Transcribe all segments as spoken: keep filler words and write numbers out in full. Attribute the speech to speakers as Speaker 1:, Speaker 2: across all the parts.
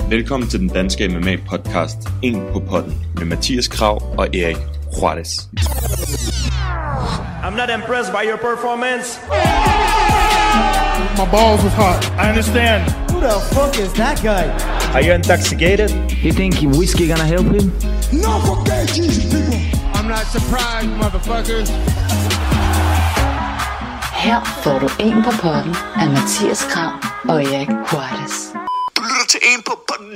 Speaker 1: Velkommen til den danske M M A-podcast En på potten med Mathias Krav og Erik Juarez.
Speaker 2: I'm not impressed by your performance.
Speaker 3: My balls was hot. I understand.
Speaker 4: Who the fuck is that guy?
Speaker 2: Are you intoxicated?
Speaker 5: You think whiskey gonna help him?
Speaker 3: No, fuck that Jesus, people. I'm not surprised, motherfuckers.
Speaker 6: Her får du En på potten af Mathias Krav og Erik Juarez.
Speaker 1: Du lytter til En på potten.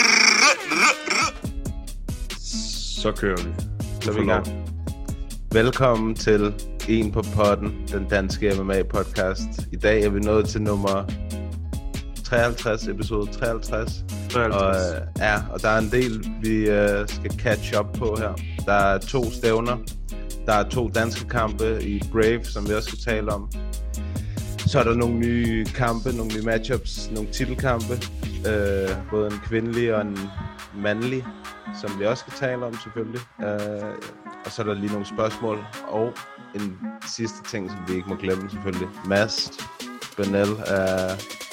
Speaker 1: Så kører vi.
Speaker 7: Så vi i gang. Velkommen til En på potten, den danske M M A-podcast. I dag er vi nået til nummer treoghalvtreds, episode treoghalvtreds. treoghalvtreds. Og, øh, ja, og der er en del, vi øh, skal catch up på her. Der er to stævner. Der er to danske kampe i Brave, som vi også skal tale om. Så er der nogle nye kampe, nogle nye matchups, nogle titelkampe. Øh, både en kvindelig og en mandlig, som vi også skal tale om selvfølgelig. Øh, og så er der lige nogle spørgsmål. Og en sidste ting, som vi ikke må glemme selvfølgelig. Mads Bennell er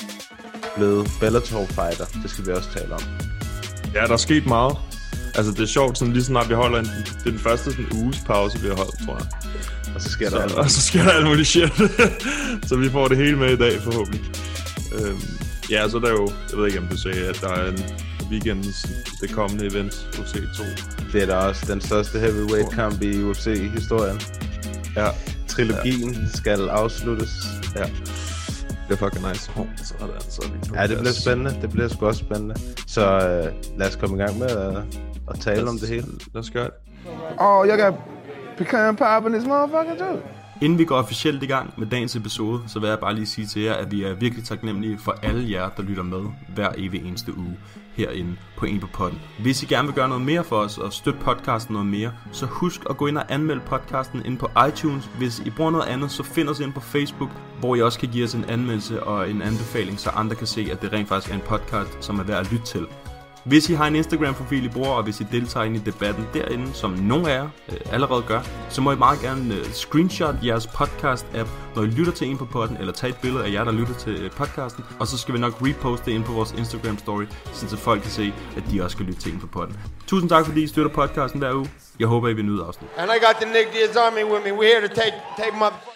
Speaker 7: blevet Bellator-fighter. Det skal vi også tale om.
Speaker 8: Ja, der er sket meget. Altså det er sjovt, sådan lige snart vi holder en, det er den første sådan uges pause, vi har holdt, tror jeg.
Speaker 7: Og så sker
Speaker 8: så,
Speaker 7: der alt
Speaker 8: og så sker der alt muligt shit. Så vi får det hele med i dag forhåbentlig. Øhm, ja, så er der jo, jeg ved ikke om du sagde, at der er en weekendens, det kommende event, U F C to. Det
Speaker 7: er der også den største heavyweight kamp i U F C-historien.
Speaker 8: Ja.
Speaker 7: Trilogien ja. skal afsluttes.
Speaker 8: Ja. Det er fucking nice. Oh, så er det altså lige
Speaker 7: ja, det bliver spændende. Det bliver sgu også spændende. Så øh, lad os komme i gang med at, at tale let's, om det hele.
Speaker 8: Lad os gøre det.
Speaker 3: Oh, jeg got pecan pop in this motherfucker too.
Speaker 9: Inden vi går officielt i gang med dagens episode, så vil jeg bare lige sige til jer, at vi er virkelig taknemmelige for alle jer, der lytter med hver evig eneste uge herinde på En på potten. Hvis I gerne vil gøre noget mere for os og støtte podcasten noget mere, så husk at gå ind og anmelde podcasten ind på iTunes. Hvis I bruger noget andet, så find os ind på Facebook, hvor I også kan give os en anmeldelse og en anbefaling, så andre kan se, at det rent faktisk er en podcast, som er værd at lytte til. Hvis I har en Instagram-profil, I bruger, og hvis I deltager ind i debatten derinde, som nogle af jer øh, allerede gør, så må I meget gerne øh, screenshot jeres podcast-app, når I lytter til En på potten, eller tage et billede af jer, der lytter til øh, podcasten, og så skal vi nok reposte det ind på vores Instagram-story, så folk kan se, at de også skal lytte til En på potten. Tusind tak, fordi I støtter podcasten hver uge. Jeg håber, I vil nyde afsnit.
Speaker 3: And I got the Nick Diaz Army with me. We're here to take, take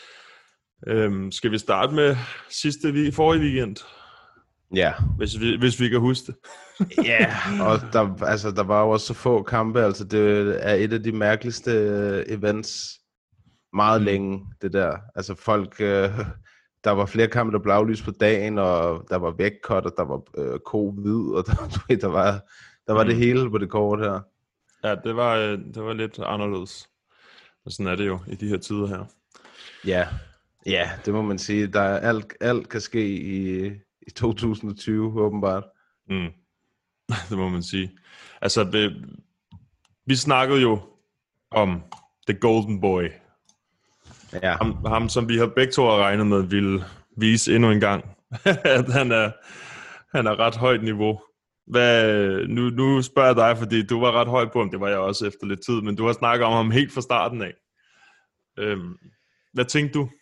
Speaker 3: my...
Speaker 8: Øhm, skal vi starte med sidste week, forrige weekend?
Speaker 7: Ja.
Speaker 8: Hvis vi, hvis vi kan huske det.
Speaker 7: Ja, yeah. Og der, altså, der var jo også så få kampe, altså det er et af de mærkeligste uh, events meget længe, det der. Altså folk, uh, der var flere kampe, der blev aflyst på dagen, og der var vægtcut, og der var uh, covid, og der, der var, der var mm. det hele på det kort her.
Speaker 8: Ja, det var, det var lidt anderledes. Og sådan er det jo i de her tider her.
Speaker 7: Ja, ja, det må man sige. Der er alt, alt kan ske i, i to tusind og tyve, åbenbart.
Speaker 8: Mm. Det må man sige. Altså, vi, vi snakkede jo om The Golden Boy.
Speaker 7: Ja.
Speaker 8: Ham, ham som vi har begge to regnet med, ville vise endnu en gang, at han er, han er ret højt niveau. Hvad, nu, nu spørger jeg dig, fordi du var ret høj på ham, det var jeg også efter lidt tid, men du har snakket om ham helt fra starten af. Øhm, hvad tænkte du?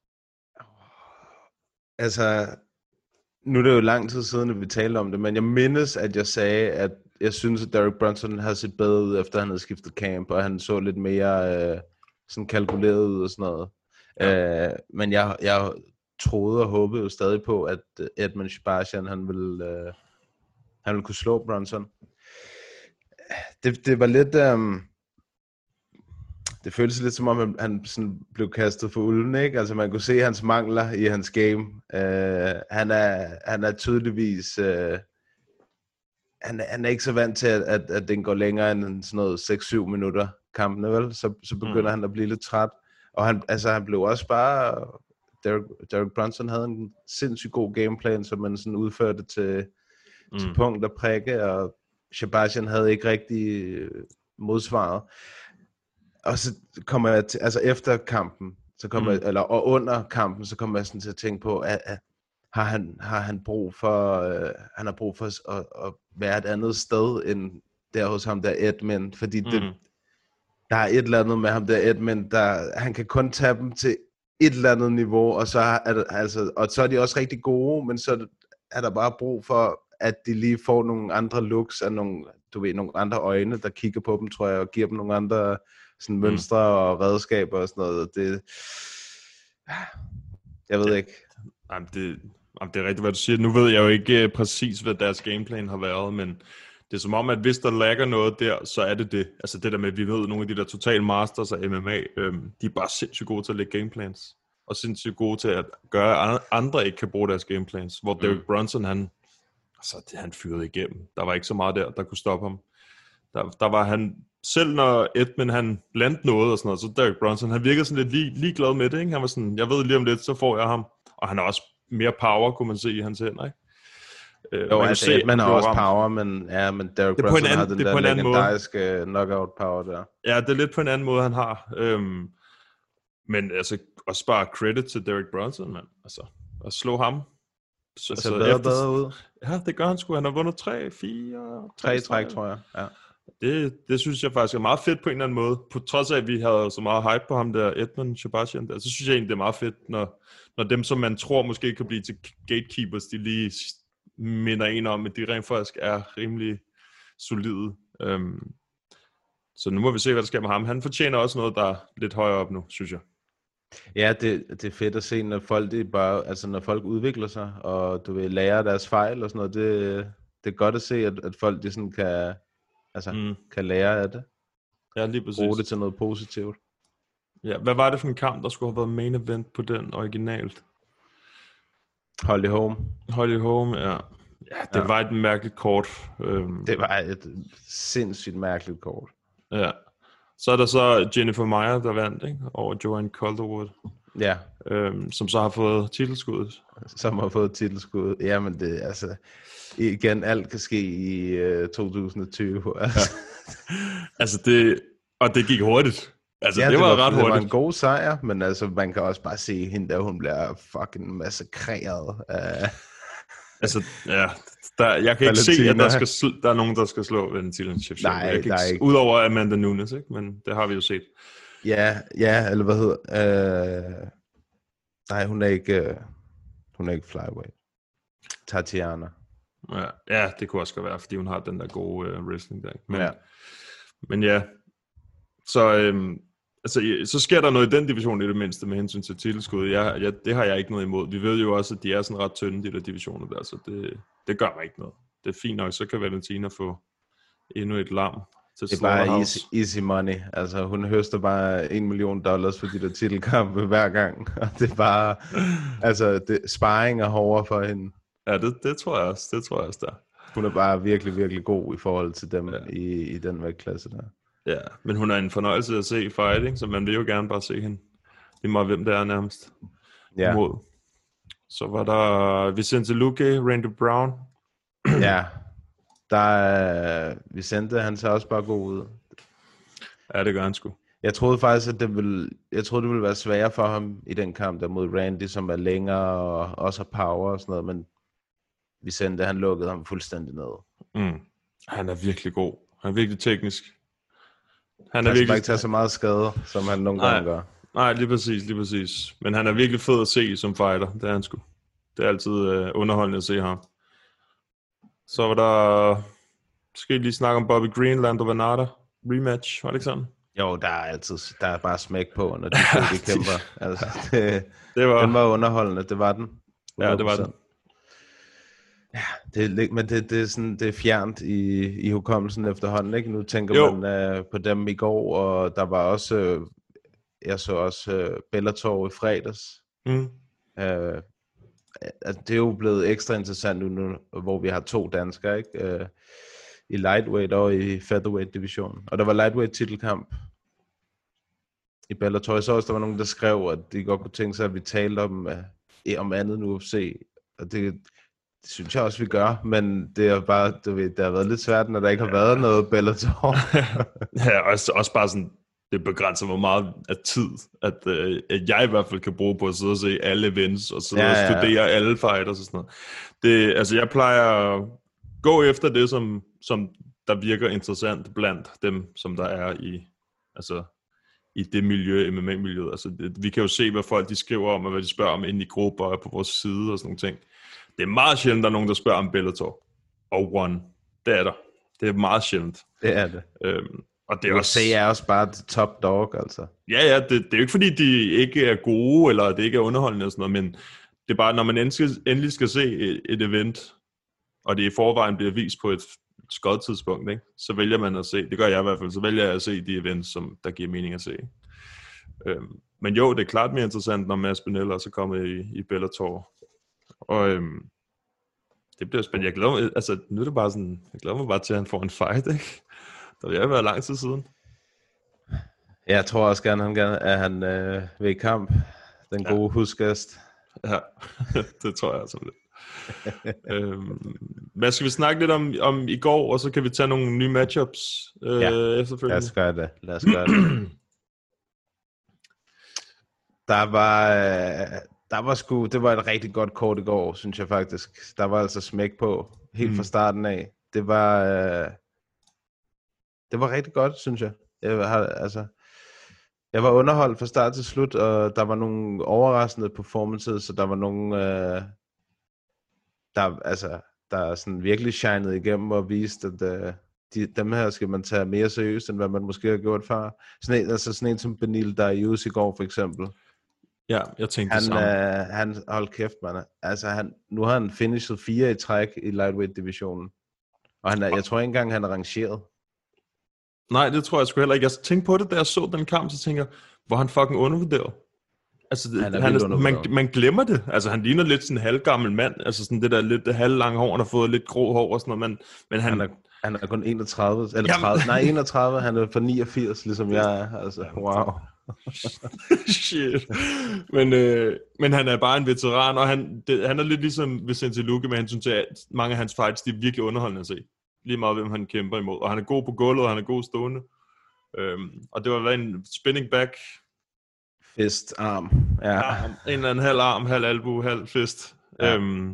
Speaker 7: Altså... Nu er det jo lang tid siden, at vi talte om det, men jeg mindes, at jeg sagde, at jeg synes, at Derek Brunson havde set bedre ud, efter han havde skiftet camp, og han så lidt mere øh, sådan kalkuleret ud og sådan noget. Ja. Øh, men jeg, jeg troede og håbede jo stadig på, at Edmen Shahbazyan, han ville, øh, han ville kunne slå Brunson. Det, det var lidt... Øh, Det føltes lidt som om, han sådan blev kastet for ulden, ikke? Altså man kunne se hans mangler i hans game. Uh, han, er, han er tydeligvis... Uh, han, han er ikke så vant til, at, at, at den går længere end sådan noget seks syv minutter kampene, vel? Så, så begynder mm. han at blive lidt træt. Og han, altså, han blev også bare... Derek, Derek Brunson havde en sindssygt god gameplan, som man sådan udførte til, mm. til punkt og prikke, og Shahbazyan havde ikke rigtig modsvaret. Og så kommer jeg til, altså efter kampen, så kommer mm. jeg, eller og under kampen, så kommer jeg sådan til at tænke på, at, at har han har han brug for, øh, han har brug for at, at være et andet sted end der hos ham der Edmen, fordi det, mm. der er et eller andet med ham der Edmen, der han kan kun tage dem til et eller andet niveau, og så er det, altså, og så er de også rigtig gode, men så er der bare brug for, at de lige får nogle andre looks af nogle, du ved, nogle andre øjne, der kigger på dem, tror jeg, og giver dem nogle andre sådan mønstre mm. og redskaber og sådan noget. Det, jeg ved ikke.
Speaker 8: Jamen, det, jamen, det er rigtigt, hvad du siger. Nu ved jeg jo ikke uh, præcis, hvad deres gameplan har været, men det er som om, at hvis der lagger noget der, så er det det. Altså det der med, at vi ved, at nogle af de der total masters af M M A, øhm, de er bare sindssygt gode til at lægge gameplans. Og sindssygt gode til at gøre, at andre ikke kan bruge deres gameplans. Hvor mm. Derek Brunson, han, altså, det, han fyrede igennem. Der var ikke så meget der, der kunne stoppe ham. Der, der var han, selv når Edmund han landte noget og sådan noget, så Derek Brunson, han virkede sådan lidt lige, ligeglad med det. Ikke? Han var sådan, jeg ved lige om lidt, så får jeg ham. Og han har også mere power, kunne man se i hans hænder, ikke?
Speaker 7: Øh, jo, altså Edmund har også power, men, ja, men Derek Brunson anden, har den der legendariske knockout power der.
Speaker 8: Ja, det er lidt på en anden måde, han har. Øhm, men altså, også bare credit til Derek Brunson, man. Altså, at slå ham.
Speaker 7: Så, altså, bedre efter, bedre ud.
Speaker 8: Ja, det gør han sgu. Han har vundet tre, fire...
Speaker 7: Tre træk, tror jeg. Ja.
Speaker 8: Det, det synes jeg faktisk er meget fedt på en eller anden måde. På trods af, at vi havde så meget hype på ham der, Edmund Shahbazyan der, så synes jeg egentlig, det er meget fedt, når, når dem, som man tror måske kan blive til gatekeepers, de lige minder en om, at de rent faktisk er rimelig solide. Um, så nu må vi se, hvad der sker med ham. Han fortjener også noget, der er lidt højere op nu, synes jeg.
Speaker 7: Ja, det, det er fedt at se, når folk, det bare, altså når folk udvikler sig, og du vil lære deres fejl og sådan noget. Det, det er godt at se, at, at folk de sådan kan, altså, mm. kan lære af det.
Speaker 8: Ja, lige præcis.
Speaker 7: Bruge det til noget positivt.
Speaker 8: Ja, hvad var det for en kamp, der skulle have været main event på den originalt?
Speaker 7: Holly Holm.
Speaker 8: Holly Holm, ja. Ja, det ja. var et mærkeligt kort. Øhm.
Speaker 7: Det var et sindssygt mærkeligt kort.
Speaker 8: Ja. Så er der så Jennifer Maia, der vandt, ikke? Over Joanne Calderwood.
Speaker 7: Ja.
Speaker 8: Øhm, som så har fået titelskuddet.
Speaker 7: Som har fået titelskuddet. Jamen det, altså... Igen, alt kan ske i uh, to tusind og tyve. Altså.
Speaker 8: Ja. altså det... Og det gik hurtigt. Altså,
Speaker 7: ja,
Speaker 8: det,
Speaker 7: det,
Speaker 8: var,
Speaker 7: var
Speaker 8: ret hurtigt.
Speaker 7: Det var en god sejr, men altså, man kan også bare se hende der, hun bliver fucking massakreret. Uh...
Speaker 8: altså, ja, der, jeg kan ikke se, at der, skal sl- der er nogen, der skal slå Valentina Shevchenko.
Speaker 7: Nej, der er ikke.
Speaker 8: Udover Amanda Nunes, ikke? Men det har vi jo set.
Speaker 7: Ja, ja, eller hvad hedder... Uh... Nej, hun er ikke... Uh... Hun er ikke flyweight. Tatiana.
Speaker 8: Ja, ja, det kunne også godt være, fordi hun har den der gode uh, wrestling der. Men
Speaker 7: ja.
Speaker 8: men ja, så, øhm, altså, så sker der noget i den division i det mindste med hensyn til titelskud. Jeg, jeg, det har jeg ikke noget imod. Vi ved jo også, at de er sådan ret tynde, de der divisioner der, så det, det gør mig ikke noget. Det er fint nok, så kan Valentina få endnu et lam til
Speaker 7: det er bare easy, easy money. Altså, hun høster bare en million dollars for de der titelkampe hver gang. Og det er bare, altså, det, sparring er hårdere for hende.
Speaker 8: Ja, det, det tror jeg også. Det tror jeg også der.
Speaker 7: Hun er bare virkelig, virkelig god i forhold til dem ja. i, i den vægtklasse der.
Speaker 8: Ja, men hun er en fornøjelse at se fighting, så man vil jo gerne bare se hende. Det er meget, hvem det er nærmest.
Speaker 7: Ja.
Speaker 8: Mod. Så var der Vicente Luque, Randy Brown.
Speaker 7: ja, der er Vicente, han ser også bare god ud.
Speaker 8: Ja, det gør han sgu.
Speaker 7: Jeg troede faktisk, at det ville, jeg troede, det ville være sværere for ham i den kamp der mod Randy, som er længere og også har power og sådan noget, men Vicente, han lukkede ham fuldstændig ned.
Speaker 8: Mm. Han er virkelig god. Han er virkelig teknisk.
Speaker 7: Han er virkelig... ikke tage så meget skade, som han nogle gange gør.
Speaker 8: Nej, lige præcis, lige præcis. Men han er virkelig fed at se som fighter. Det er han sgu. Det er altid øh, underholdende at se ham. Så var der... Skal I lige snakke om Bobby Green, Lando Vannata rematch, var det ikke sådan?
Speaker 7: Jo, der er altid der er bare smæk på, når de to de kæmper. Altså, det,
Speaker 8: det var...
Speaker 7: Den var underholdende, det var den. hundrede procent.
Speaker 8: Ja, det var den.
Speaker 7: Ja, det, men det, det er sådan det er fjernt i, i hukommelsen efterhånden, ikke? Nu tænker
Speaker 8: jo. man
Speaker 7: uh, på dem i går, og der var også, uh, jeg så også uh, Bellator i fredags.
Speaker 8: Mm.
Speaker 7: Uh, altså, det er jo blevet ekstra interessant nu, nu hvor vi har to danskere, ikke? Uh, I lightweight og i featherweight divisionen. Og der var lightweight titelkamp i Bellator. Jeg så også, der var nogen, der skrev, at de godt kunne tænke sig, at vi talte om, uh, om andet nu U F C. Og det Det synes jeg også, vi gør, men det er bare, du ved, det har været lidt svært, når der ikke har ja. været noget Bellator.
Speaker 8: ja, også, også bare sådan, det begrænser hvor meget af tid, at, øh, at jeg i hvert fald kan bruge på at sidde og se alle events, og sidde ja, ja. og studere alle fighters og sådan noget. Det, altså, jeg plejer at gå efter det, som, som der virker interessant blandt dem, som der er i, altså, i det miljø, M M A-miljøet. Altså, det, vi kan jo se, hvad folk de skriver om, og hvad de spørger om inde i grupper og på vores side og sådan nogle ting. Det er meget sjældent, der er nogen, der spørger om Bellator. og one. Det er der. Det er meget sjældent.
Speaker 7: Det er det.
Speaker 8: Øhm, og det er
Speaker 7: U F C
Speaker 8: også...
Speaker 7: er også bare the top dog, altså.
Speaker 8: Ja, ja, det, det er jo ikke fordi, de ikke er gode, eller det ikke er underholdende og sådan noget, men det er bare, når man endelig, endelig skal se et, et event, og det i forvejen bliver vist på et skødt tidspunkt, ikke? Så vælger man at se, det gør jeg i hvert fald, så vælger jeg at se de events, som der giver mening at se. Øhm, men jo, det er klart mere interessant, når Mads Benel også kommer i, i Bellator. Og øhm, det bliver spændende. Jeg glæder mig, altså nu er det bare sådan, jeg glæder mig bare til, at han får en fight, ikke? Der vil jeg være lang tid siden.
Speaker 7: Jeg tror også gerne, han gerne, at han øh, vil i kamp. Den gode ja. husgæst.
Speaker 8: Ja, det tror jeg altså. øhm, hvad skal vi snakke lidt om, om i går, og så kan vi tage nogle nye matchups øh,
Speaker 7: ja.
Speaker 8: efterfølgende.
Speaker 7: Lad os gøre det. Lad os gøre det. Der var, øh, der var sgu, det var et rigtig godt kort i går, synes jeg faktisk. Der var altså smæk på, helt mm. fra starten af. Det var, øh, det var rigtig godt, synes jeg. Jeg har, altså, jeg var underholdt fra start til slut, og der var nogle overraskende performances, så der var nogle, øh, der, altså, der sådan virkelig shinede igennem og viste, at øh, de, dem her skal man tage mere seriøst, end hvad man måske har gjort før. Sådan en, altså sådan en som Benil, der er i U F C i går, for eksempel.
Speaker 8: Ja, jeg tænkte
Speaker 7: han,
Speaker 8: det samme.
Speaker 7: Øh, han, hold kæft, man. Altså, han, nu har han finishet fire i træk i lightweight-divisionen. Og han er, jeg tror ikke engang, han er rangeret.
Speaker 8: Nej, det tror jeg sgu heller ikke. Jeg tænkte på det, da jeg så den kamp, så tænker jeg, hvor han fucking undervurderet. Altså, det, han er han er, man, man glemmer det. Altså, han ligner lidt sådan en halvgammel mand. Altså, sådan det der lidt halvlange hår, han har fået lidt grå hår og sådan noget. Men, men han,
Speaker 7: han, er, han er kun enogtredive, eller tredive, nej, enogtredive, han er for niogfirs, ligesom jeg er. Altså, wow.
Speaker 8: Shit. Men, øh, men han er bare en veteran, og han, det, han er lidt ligesom Vicente Luque, med hensyn til, at mange af hans fights, de er virkelig underholdende at se. Lige meget, hvem han kæmper imod. Og han er god på gulvet, og han er god stående. Øhm, og det var en spinning back.
Speaker 7: Fist, arm. Ja.
Speaker 8: Arm, en eller anden halv arm, halv albu, halv fist. Ja, øhm,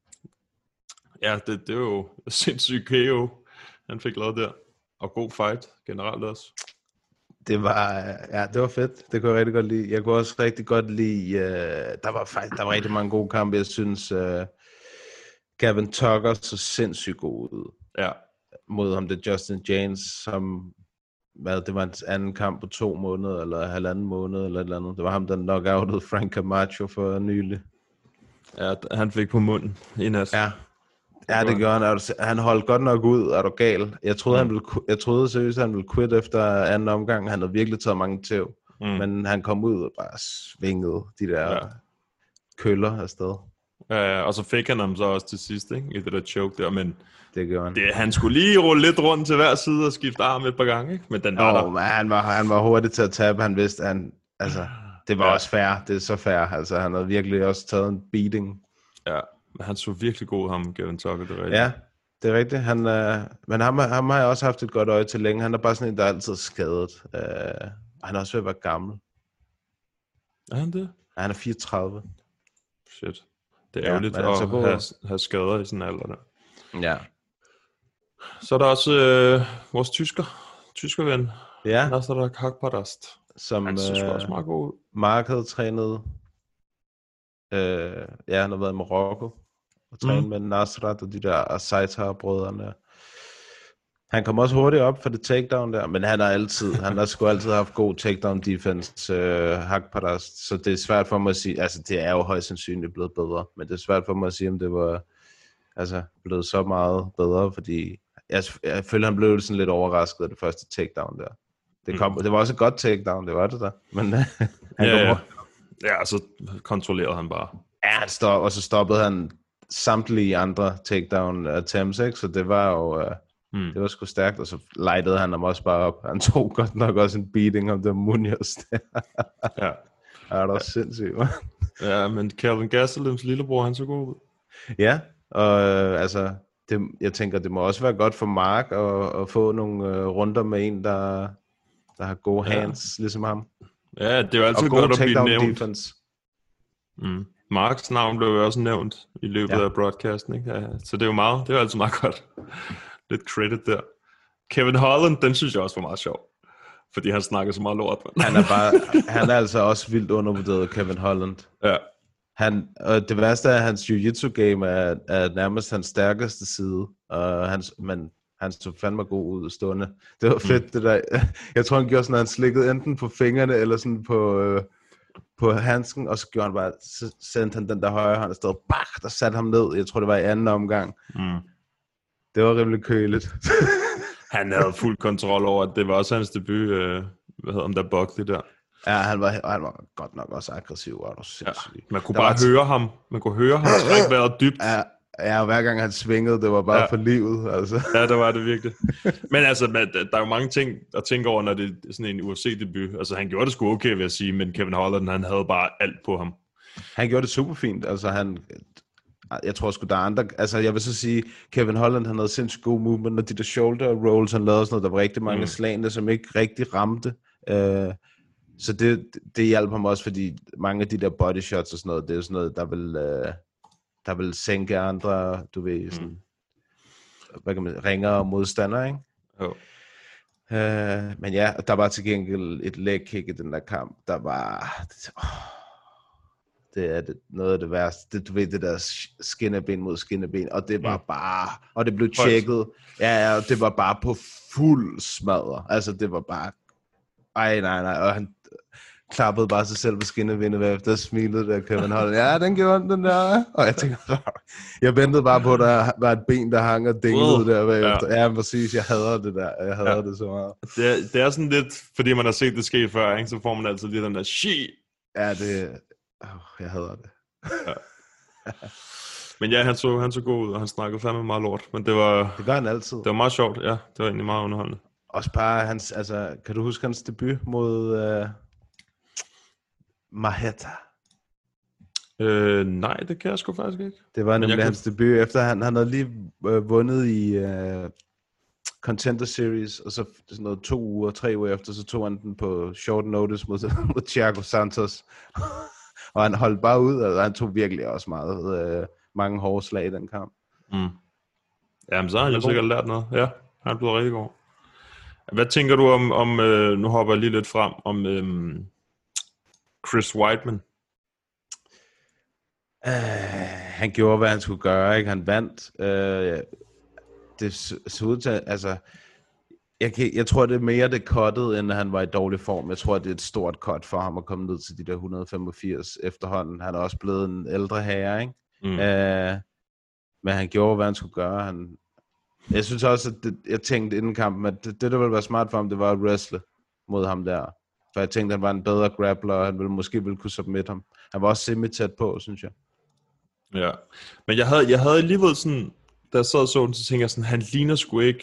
Speaker 8: ja det, det var jo sindssygt K O, han fik lavet der. Og god fight generelt også. Det
Speaker 7: var, ja, det var fedt. Det kunne jeg rigtig godt lide. Jeg kunne også rigtig godt lide, uh, der var faktisk, der var rigtig mange gode kampe. Jeg synes, uh, Gavin Tucker så sindssygt god ud.
Speaker 8: Ja.
Speaker 7: Mod ham, det er Justin James, som, hvad, det var en anden kamp på to måneder, eller halvanden måned, eller et eller andet. Det var ham, der knockoutede Frank Camacho for nylig.
Speaker 8: Ja, han fik på munden i nat.
Speaker 7: Ja. Ja, det gør han. Han holdt godt nok ud, er du gal. Jeg troede, mm. han ville, jeg troede seriøst, at han ville quit efter anden omgang. Han havde virkelig taget mange tæv. Mm. Men han kom ud og bare svingede de der ja. køller afsted.
Speaker 8: Ja, og så fik han ham så også til sidst, ikke? I det der choke der, men
Speaker 7: det gjorde han.
Speaker 8: Det, han skulle lige rulle lidt rundt til hver side og skifte arm et par gange, ikke? Men den var
Speaker 7: oh, der. Han var, han var hurtig til at tabe. Han vidste, han, altså, det var ja. også fair. Det er så fair. Altså, han havde virkelig også taget en beating.
Speaker 8: Ja. Han så virkelig god, ham, Gavin Tucker, det er rigtigt.
Speaker 7: Ja, det er rigtigt. Han, øh, men ham, ham har jeg også haft et godt øje til længe. Han er bare sådan en, der er altid skadet. Øh, han er også ved at være gammel.
Speaker 8: Er han det?
Speaker 7: Ja, han er fireogtredive.
Speaker 8: Shit. Det er jo ja, lidt at have, have skader i sådan en alder der.
Speaker 7: Ja.
Speaker 8: Så er der også øh, vores tysker, tyskerven.
Speaker 7: Ja.
Speaker 8: Nasrat Haqparast.
Speaker 7: Som
Speaker 8: han synes øh, også meget god ud.
Speaker 7: Mark havde trænet. Øh, ja, han har været i Marokko og trænet mm. med Nasrat og de der Asaitar-brødrene. Han kom også hurtigt op for det takedown der, men han har altid, han har sgu altid haft god takedown defense, øh, Haqparast, så det er svært for mig at sige, altså det er jo højst sandsynligt blevet bedre, men det er svært for mig at sige, om det var altså blevet så meget bedre, fordi jeg, jeg føler, han blev sådan lidt overrasket af det første takedown der. Det, kom, mm. det var også et godt takedown, det var det der, men han
Speaker 8: ja, ja. Ja, så kontrollerede han bare.
Speaker 7: Ja, han stod, og så stoppede han samtlige andre takedown attempts, ikke? Så det var jo, uh, mm. det var sgu stærkt, og så lightede han ham også bare op. Han tog godt nok også en beating om det Munoz der.
Speaker 8: Ja.
Speaker 7: Ja, det var ja. sindssygt, man.
Speaker 8: Ja, men Kelvin Gassalims lillebror, han så god ud.
Speaker 7: Ja, og uh, altså, det, jeg tænker, det må også være godt for Mark at, at få nogle uh, runder med en, der, der har gode hands, ja. ligesom ham.
Speaker 8: Ja, det er jo altid godt at blive nævnt. Mm. Marks navn blev jo også nævnt i løbet ja. af broadcasten, ikke? Ja, så det er jo meget, det er jo altid meget godt. Lidt credit der. Kevin Holland, den synes jeg også var meget sjov, fordi han snakker så meget lort.
Speaker 7: Han er bare, han er altså også vildt undervurderet, Kevin Holland.
Speaker 8: Ja.
Speaker 7: Han, og det værste er, at hans jiu-jitsu game er, er nærmest hans stærkeste side. Og han, men han så fandme god ud stående. Det var fedt, mm. det der. Jeg tror, han gjorde sådan, at han slikkede enten på fingrene, eller sådan på, øh, på handsken, og så gjorde han bare, så sendte han den der højre hånd afsted, bak, der satte ham ned. Jeg tror, det var i anden omgang. Mm. Det var rimelig køligt.
Speaker 8: Han havde fuld kontrol over, at det var også hans debut, øh, hvad hedder han der, Buckley der.
Speaker 7: Ja, han var, han var godt nok også aggressiv. Og ja,
Speaker 8: man kunne der bare høre t- ham. Man kunne høre ham trække vejret dybt.
Speaker 7: Ja, ja, hver gang han svingede, det var bare ja. for livet. Altså.
Speaker 8: Ja, det var det virkelig. Men altså, der er jo mange ting at tænke over, når det er sådan en U F C-debut. Altså, han gjorde det sgu okay, vil jeg sige, men Kevin Holland, han havde bare alt på ham.
Speaker 7: Han gjorde det super fint. Altså, han... Jeg tror sgu, der er andre... Altså, jeg vil så sige, Kevin Holland, han havde sindssygt god movement, og de der shoulder rolls, han lavede sådan noget, der var rigtig mange mm. slagene, som ikke rigtig ramte. Uh, så det, det hjalp ham også, fordi mange af de der body shots og sådan noget, det er sådan noget, der vil, uh, der vil sænke andre, du ved, sådan... Mm. Hvad kan man... Ringere modstandere, ikke?
Speaker 8: Jo.
Speaker 7: Uh, men ja, der var til gengæld et leg kick i den der kamp, der var... Oh, det er det, noget af det værste. Det, du ved, det der skinneben mod skinneben, og det var mm. bare, og det blev tjekket. Ja, ja, det var bare på fuld smadre. Altså, det var bare, ej, nej, nej, og han klappede bare sig selv på skinnebenet bagefter, og smilede der, Kevin Holland. Ja, den gjorde den der. Og jeg tænkte, jeg ventede bare på, at der var et ben, der hang og dingede uh, der bagefter. Ja. ja, præcis, jeg hader det der. Jeg hader ja. det så meget.
Speaker 8: Det er, det er sådan lidt, fordi man har set det ske før, ikke? Så får man altid lige den der, shit.
Speaker 7: Ja, det Oh, jeg hader det.
Speaker 8: Ja. Men ja, han så, han så god ud, og han snakkede fandme meget lort. Men det var...
Speaker 7: Det gør han altid.
Speaker 8: Det var meget sjovt, ja. Det var egentlig meget underholdende.
Speaker 7: Også bare hans, altså, kan du huske hans debut mod uh, Marreta?
Speaker 8: Øh, nej, det kan jeg sgu faktisk ikke.
Speaker 7: Det var nemlig
Speaker 8: kan...
Speaker 7: hans debut, efter han, han havde lige uh, vundet i uh, Contender Series, og så sådan noget to uger, tre uger efter, så tog han den på short notice mod, mod Thiago Santos. Og han holdt bare ud, og han tog virkelig også meget, øh, mange hårde slag i den kamp.
Speaker 8: Mm. Jamen, så har han jo sikkert lært noget. Ja, han er blevet rigtig god. Hvad tænker du om, om øh, nu hopper jeg lige lidt frem, om øh, Chris Weidman?
Speaker 7: Uh, han gjorde, hvad han skulle gøre, ikke? Han vandt. Uh, det så ud til, altså... Jeg, kan, jeg tror, det er mere det cuttet, end han var i dårlig form. Jeg tror, det er et stort cut for ham at komme ned til de der et hundrede femogfirs efterhånden. Han er også blevet en ældre herre, ikke? Mm. Uh, men han gjorde, hvad han skulle gøre. Han, jeg synes også, at det, jeg tænkte inden kampen, at det, det, der ville være smart for ham, det var at wrestle mod ham der. For jeg tænkte, at han var en bedre grappler, og han ville måske ville kunne submit ham. Han var også semi-tæt på, synes jeg.
Speaker 8: Ja, men jeg havde, jeg havde alligevel sådan, da jeg sad og så den, så tænkte jeg sådan, han ligner sgu ikke...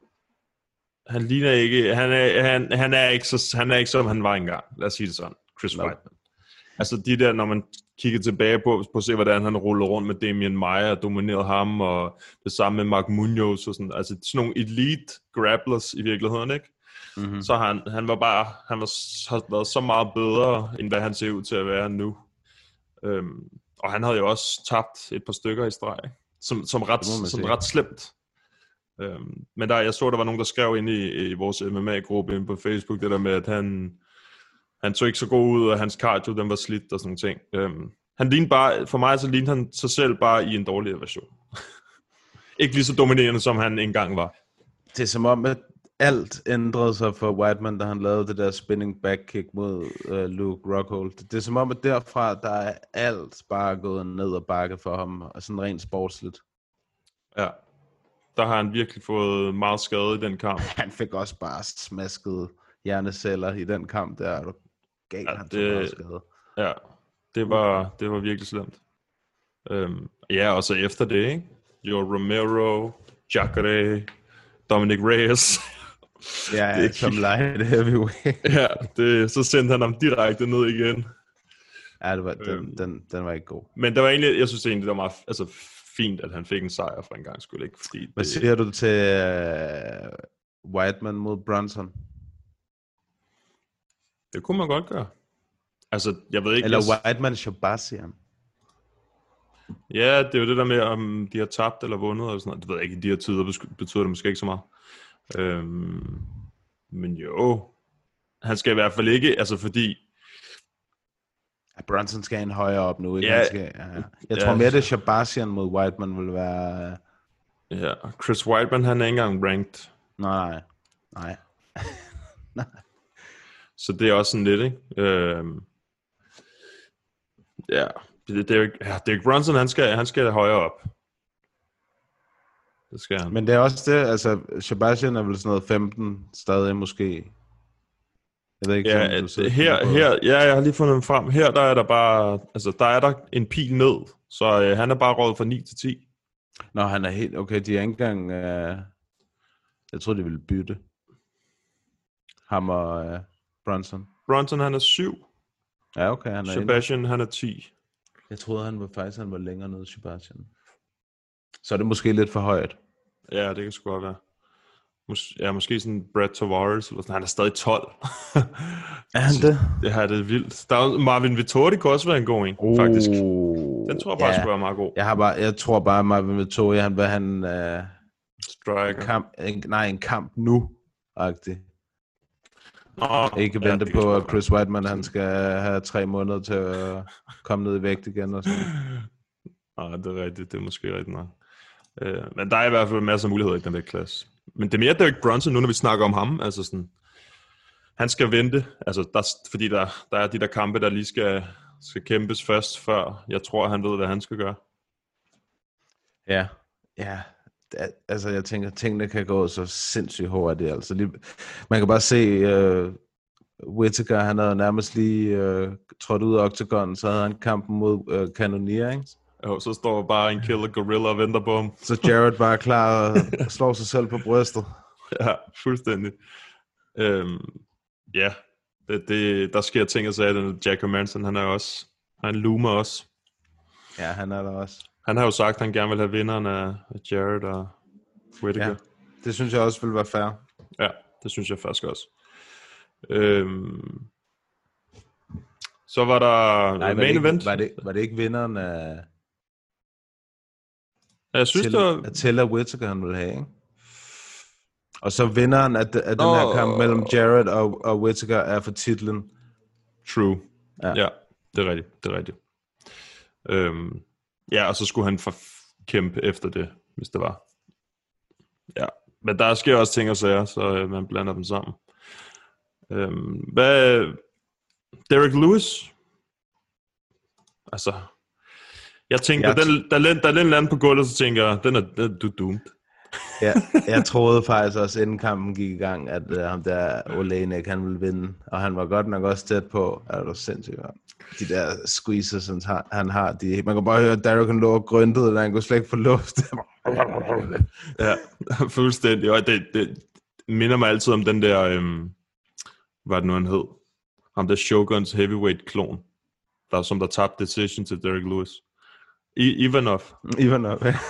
Speaker 8: Han ligner ikke, han er, han, han er ikke så, han er ikke som han var engang. Lad os sige det sådan, Chris no. Weidman. Altså de der, når man kigger tilbage på, på at se, hvordan han rullede rundt med Damian Maia og dominerede ham, og det samme med Mark Munoz og sådan, altså sådan nogle elite grapplers i virkeligheden, ikke? Mm-hmm. Så han, han var bare, han var, har været så meget bedre, end hvad han ser ud til at være nu. Øhm, og han havde jo også tabt et par stykker i streg, som, som, ret, som ret slemt. Øhm, men der, jeg så, der var nogen, der skrev ind i, i vores M M A-gruppe inde på Facebook, det der med, at han, han så ikke så god ud, og hans cardio, den var slidt og sådan ting. Øhm, han lignede bare, for mig så lignede han sig selv bare i en dårligere version. Ikke lige så dominerende, som han engang var.
Speaker 7: Det er som om, at alt ændrede sig for Weidman, da han lavede det der spinning back kick mod uh, Luke Rockhold. Det, det er som om, at derfra, der er alt bare gået ned og bakke for ham, og sådan rent sportsligt.
Speaker 8: Ja. Der har han virkelig fået meget skade i den kamp.
Speaker 7: Han fik også bare smasket hjerneceller i den kamp der. Du gav ja, han det, meget skade.
Speaker 8: Ja, det var, det var virkelig slemt. Øhm, ja, og så efter det, ikke? Jo Romero, Jacare, Dominic Reyes.
Speaker 7: Ja, det som light heavyweight.
Speaker 8: Ja, det, så sendte han ham direkte ned igen.
Speaker 7: Ja, det var, den, øhm, den, den var ikke god.
Speaker 8: Men det var egentlig, jeg synes egentlig, det var meget... Altså, fint, at han fik en sejr for en gang skyld, ikke? Fordi
Speaker 7: hvad
Speaker 8: det...
Speaker 7: siger du til uh, Weidman mod Brunson?
Speaker 8: Det kunne man godt gøre. Altså, jeg ved ikke...
Speaker 7: Eller
Speaker 8: jeg...
Speaker 7: Weidman Shabazian.
Speaker 8: Ja, det er jo det der med, om de har tabt eller vundet, eller sådan noget. Det ved jeg ikke, i de her tider betyder det måske ikke så meget. Øhm... Men jo... Han skal i hvert fald ikke, altså fordi...
Speaker 7: Brunson skal en højere op nu, ikke?
Speaker 8: Ja,
Speaker 7: skal, ja. Jeg tror ja, mere, det Shabazian mod Weidman vil være
Speaker 8: Ja, Chris Weidman, han er ikke engang ranked.
Speaker 7: Nej, nej. nej.
Speaker 8: Så det er også sådan lidt, ikke? Øhm, ja, det, det er jo ikke... Ja, Derek Brunson, han skal, han skal højere op. Det skal han.
Speaker 7: Men det er også det, altså, Sebastian er vel sådan noget femten stadig måske. Jeg ved ikke,
Speaker 8: Ja,
Speaker 7: om du sidder
Speaker 8: her,
Speaker 7: på.
Speaker 8: her, ja, jeg har lige fundet dem frem. Her, der er der bare... Altså, der er der en pil ned. Så øh, han er bare råd fra ni til ti.
Speaker 7: Nå, han er helt... Okay, de er ikke engang... Uh... Jeg tror de ville bytte. Ham og uh, Brunson.
Speaker 8: Brunson, han er syv.
Speaker 7: Ja, okay, han er
Speaker 8: Sebastian, han er ti.
Speaker 7: Jeg troede, han var faktisk han var længere nede, Sebastian. Så er det måske lidt for højt.
Speaker 8: Ja, det kan sgu godt være. Mås- ja, måske sådan Brett Tavares, eller sådan. Han er stadig tolv.
Speaker 7: Er han det?
Speaker 8: Det her det er vildt. Der er Marvin Vettori kunne også være en god en,
Speaker 7: Oh,
Speaker 8: faktisk. Den tror jeg bare
Speaker 7: ja.
Speaker 8: skulle være meget god.
Speaker 7: Jeg, har bare, jeg tror bare, at Marvin Vettori, han vil have en, uh,
Speaker 8: Striker.
Speaker 7: en kamp, en, nej, en kamp nu-agtig.
Speaker 8: Nå,
Speaker 7: Ikke
Speaker 8: ja,
Speaker 7: vente
Speaker 8: det kan
Speaker 7: på,
Speaker 8: sgu
Speaker 7: at
Speaker 8: godt
Speaker 7: Chris Weidman, han skal have tre måneder til at komme ned i vægt igen. Og sådan.
Speaker 8: Nej, det er rigtigt. Det er måske rigtigt nok. Øh, men der er i hvert fald masser af muligheder i den vægtklasse. Men det er mere Derek Brunson, nu når vi snakker om ham. Altså sådan, han skal vente, altså der, fordi der, der er de der kampe, der lige skal, skal kæmpes først, før jeg tror, han ved, hvad han skal gøre.
Speaker 7: Ja, ja. Det, altså jeg tænker, tingene kan gå så sindssygt hurtigt. Altså, lige, man kan bare se, uh, Whittaker, han havde nærmest lige uh, trådt ud af octagon, så havde han kampen mod uh, Cannonier, ikke?
Speaker 8: Jo, så står bare en killer gorilla og venter på ham.
Speaker 7: Så Jared bare er klar og slår sig selv på brystet.
Speaker 8: Ja, fuldstændig. Øhm, ja, det, det, der sker ting at sige, Jack Hermansson, han er også, han loomer også.
Speaker 7: Ja, han er der også.
Speaker 8: Han har jo sagt, at han gerne vil have vinderen af Jared og Whittaker.
Speaker 7: Ja, det synes jeg også vil være fair.
Speaker 8: Ja, det synes jeg faktisk også. Øhm, så var der
Speaker 7: Nej,
Speaker 8: main
Speaker 7: var det,
Speaker 8: event.
Speaker 7: var det, var det ikke vinderen af...
Speaker 8: Jeg synes,
Speaker 7: til,
Speaker 8: det var...
Speaker 7: Attila Whittaker, han ville have, ikke? Og så vinderen af, de, af den
Speaker 8: Nå,
Speaker 7: her kamp mellem Jared og, og Whittaker er for titlen.
Speaker 8: True.
Speaker 7: Ja.
Speaker 8: Ja, det er rigtigt. Det er rigtigt. Øhm, ja, og så skulle han for kæmpe efter det, hvis det var. Ja, men der sker også ting og sager, så øh, man blander dem sammen. Øhm, hvad... Derek Lewis? Altså... Jeg tænker,
Speaker 7: Jeg
Speaker 8: ja,
Speaker 7: t-
Speaker 8: den, der, der, der er den land på gulvet, så tænker jeg, den er, den er du doomed.
Speaker 7: Ja, jeg troede faktisk også, inden kampen gik i gang, at uh, ham der Olenek, han ville vinde. Og han var godt nok også tæt på. Er du sindssygt, man. De der squeezes, han har, han har de, man kan bare høre, at Derek han lå og grøntede, og han kunne slet ikke få luft.
Speaker 8: Ja, fuldstændig. Og det, det minder mig altid om den der, øhm, hvad det nu han hed? Ham der Shoguns heavyweight-klon, der, som der tabte decision til Derek Lewis. I, Ivanov.
Speaker 7: Ivanov, ja.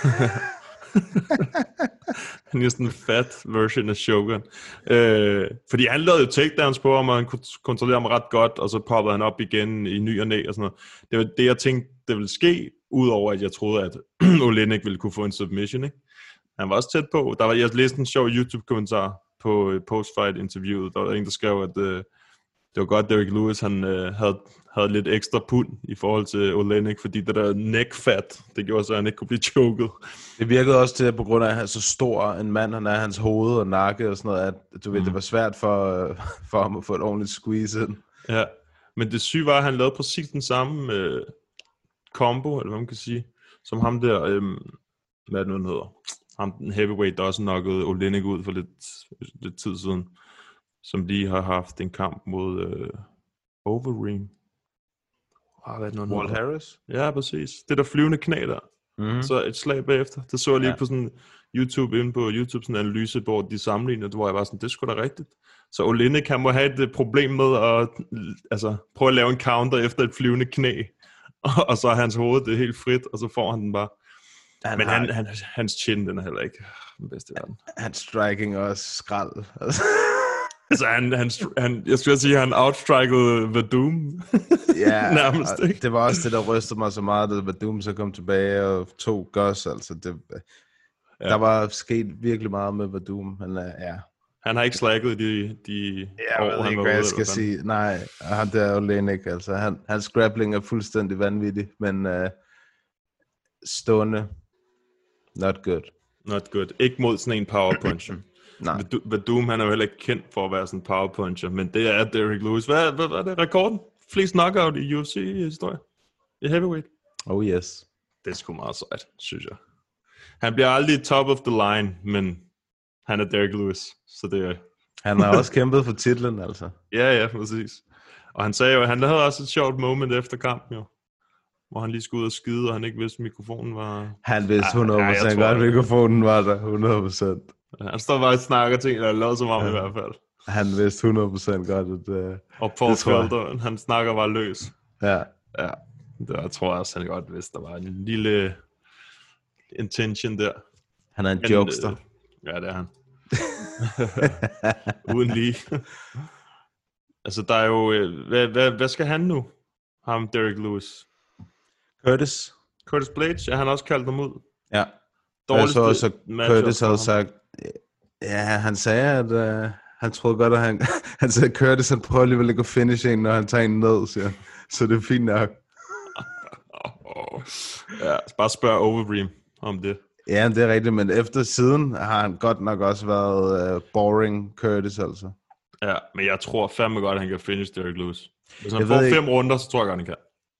Speaker 8: Han er sådan en fat version af Shogun. Øh, fordi han lavede jo takedowns på ham, og han kunne kontrollere ham ret godt, og så poppede han op igen i ny og næ og sådan noget. Det var det, jeg tænkte, det ville ske, udover at jeg troede, at Olenek ville kunne få en submission, ikke? Han var også tæt på. Der var, jeg læste en sjov YouTube-kommentar på post-fight-interviewet. Der var en, der skrev, at øh, det var godt, Derek Lewis han, øh, havde, havde lidt ekstra pund i forhold til Olenek, fordi det der neck fat, det gjorde så, at han ikke kunne blive choket.
Speaker 7: Det virkede også til, på grund af, at han er så stor en mand, han er, hans hoved og nakke og sådan noget, at du ved, mm. det var svært for, for ham at få et ordentligt squeeze ind.
Speaker 8: Ja, men det syge var, at han lavede præcis den samme øh, combo, eller hvad man kan sige, som ham der, øh, hvad er det nu, han hedder? Ham, den heavyweight, der også knockede Olenek ud for lidt, lidt tid siden, som lige har haft en kamp mod øh, Overeem. Ah, hvad er det nu,
Speaker 7: Walt Harris?
Speaker 8: Ja, præcis. Det der flyvende knæ der. Mm-hmm. Så et slag bagefter. Det så jeg lige ja. på sådan YouTube, inde på YouTube, sådan en analyse, hvor de sammenligner, hvor jeg var sådan, det er sgu da rigtigt. Så Olenek, han må have et problem med at altså, prøve at lave en counter efter et flyvende knæ. Og så er hans hoved, det er helt frit, og så får han den bare. Han Men han, han, hans chin, den er heller ikke den bedste i verden.
Speaker 7: Hans striking er også skrald.
Speaker 8: Altså, han, han, han, jeg skulle sige, han outstrikede Vadum.
Speaker 7: Ja,
Speaker 8: nærmest, ikke?
Speaker 7: Det var også det, der rystede mig så meget, da Vadum så kom tilbage og tog Gus. Altså, det, ja. Der var sket virkelig meget med Vadum. Men, ja.
Speaker 8: Han har ikke slækket de, de
Speaker 7: jeg år, han ikke, var ude. Jeg skal sige. Nej, han der er jo Olenek. Altså, han, hans grappling er fuldstændig vanvittig, men uh, stående, not good.
Speaker 8: Not good. Ikke mod sådan en power puncher.
Speaker 7: Nej.
Speaker 8: Vadum, han er jo heller ikke kendt for at være sådan en power puncher, men det er Derrick Lewis. Hvad, hvad, hvad er det? Rekorden? Flest knockout i U F C-historie? I heavyweight?
Speaker 7: Oh yes.
Speaker 8: Det er sgu meget sejt, synes jeg. Han bliver aldrig top of the line, men han er Derrick Lewis, så det er...
Speaker 7: Han har også kæmpet for titlen, altså.
Speaker 8: Ja, ja, præcis. Og han sagde jo, han havde også et sjovt moment efter kampen, jo. Hvor han lige skulle ud og skide, og han ikke vidste, at mikrofonen var...
Speaker 7: Han vidste hundrede procent ja, godt, at mikrofonen var der, hundrede procent.
Speaker 8: Han står bare og snakker ting, der lader som om ja. I hvert fald.
Speaker 7: Han vidste hundrede procent godt, at... Uh,
Speaker 8: og Paul Felder, han snakker bare løs.
Speaker 7: Ja.
Speaker 8: Ja, der tror jeg også, han godt vidste, der var en lille intention der.
Speaker 7: Han er en Men, jokester.
Speaker 8: Øh, ja, det er han. Uden lige. Altså, der er jo... Øh, hvad, hvad, hvad skal han nu? Ham, Derrick Lewis.
Speaker 7: Curtis.
Speaker 8: Curtis Blades, ja, han har også kaldt dem ud.
Speaker 7: Ja. Jeg så også, Curtis havde sagt... Ja, han sagde, at uh, han troede godt, at han... han sagde, Curtis, han prøver alligevel ikke at finish en, når han tager en ned, siger. Så det er fint nok.
Speaker 8: Ja, bare spørg Overeem om det.
Speaker 7: Ja, det er rigtigt, men efter siden har han godt nok også været uh, boring Curtis, altså.
Speaker 8: Ja, men jeg tror fandme godt, at han kan finish Derrick Lewis. Hvis han jeg får fem ikke. runder, så tror jeg godt, han kan.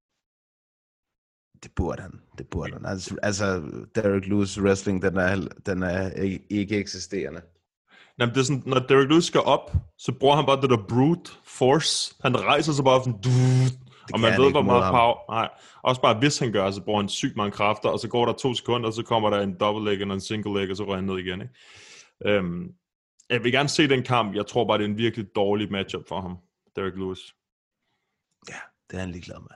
Speaker 7: Det burde han. Det burde han. Altså, altså Derrick Lewis wrestling, den er, den er ikke eksisterende.
Speaker 8: Jamen, det er sådan, når Derrick Lewis skal op, så bruger han bare det der brute force. Han rejser sig bare sådan... Og man ved, hvor meget power... Nej, også bare hvis han gør, så bruger han sygt mange kræfter, og så går der to sekunder, og så kommer der en double leg eller en single leg, og så rører han ned igen, ikke? Øhm, jeg vil gerne se den kamp. Jeg tror bare, det er en virkelig dårlig matchup for ham, Derrick Lewis.
Speaker 7: Ja, det er han ligeglad med.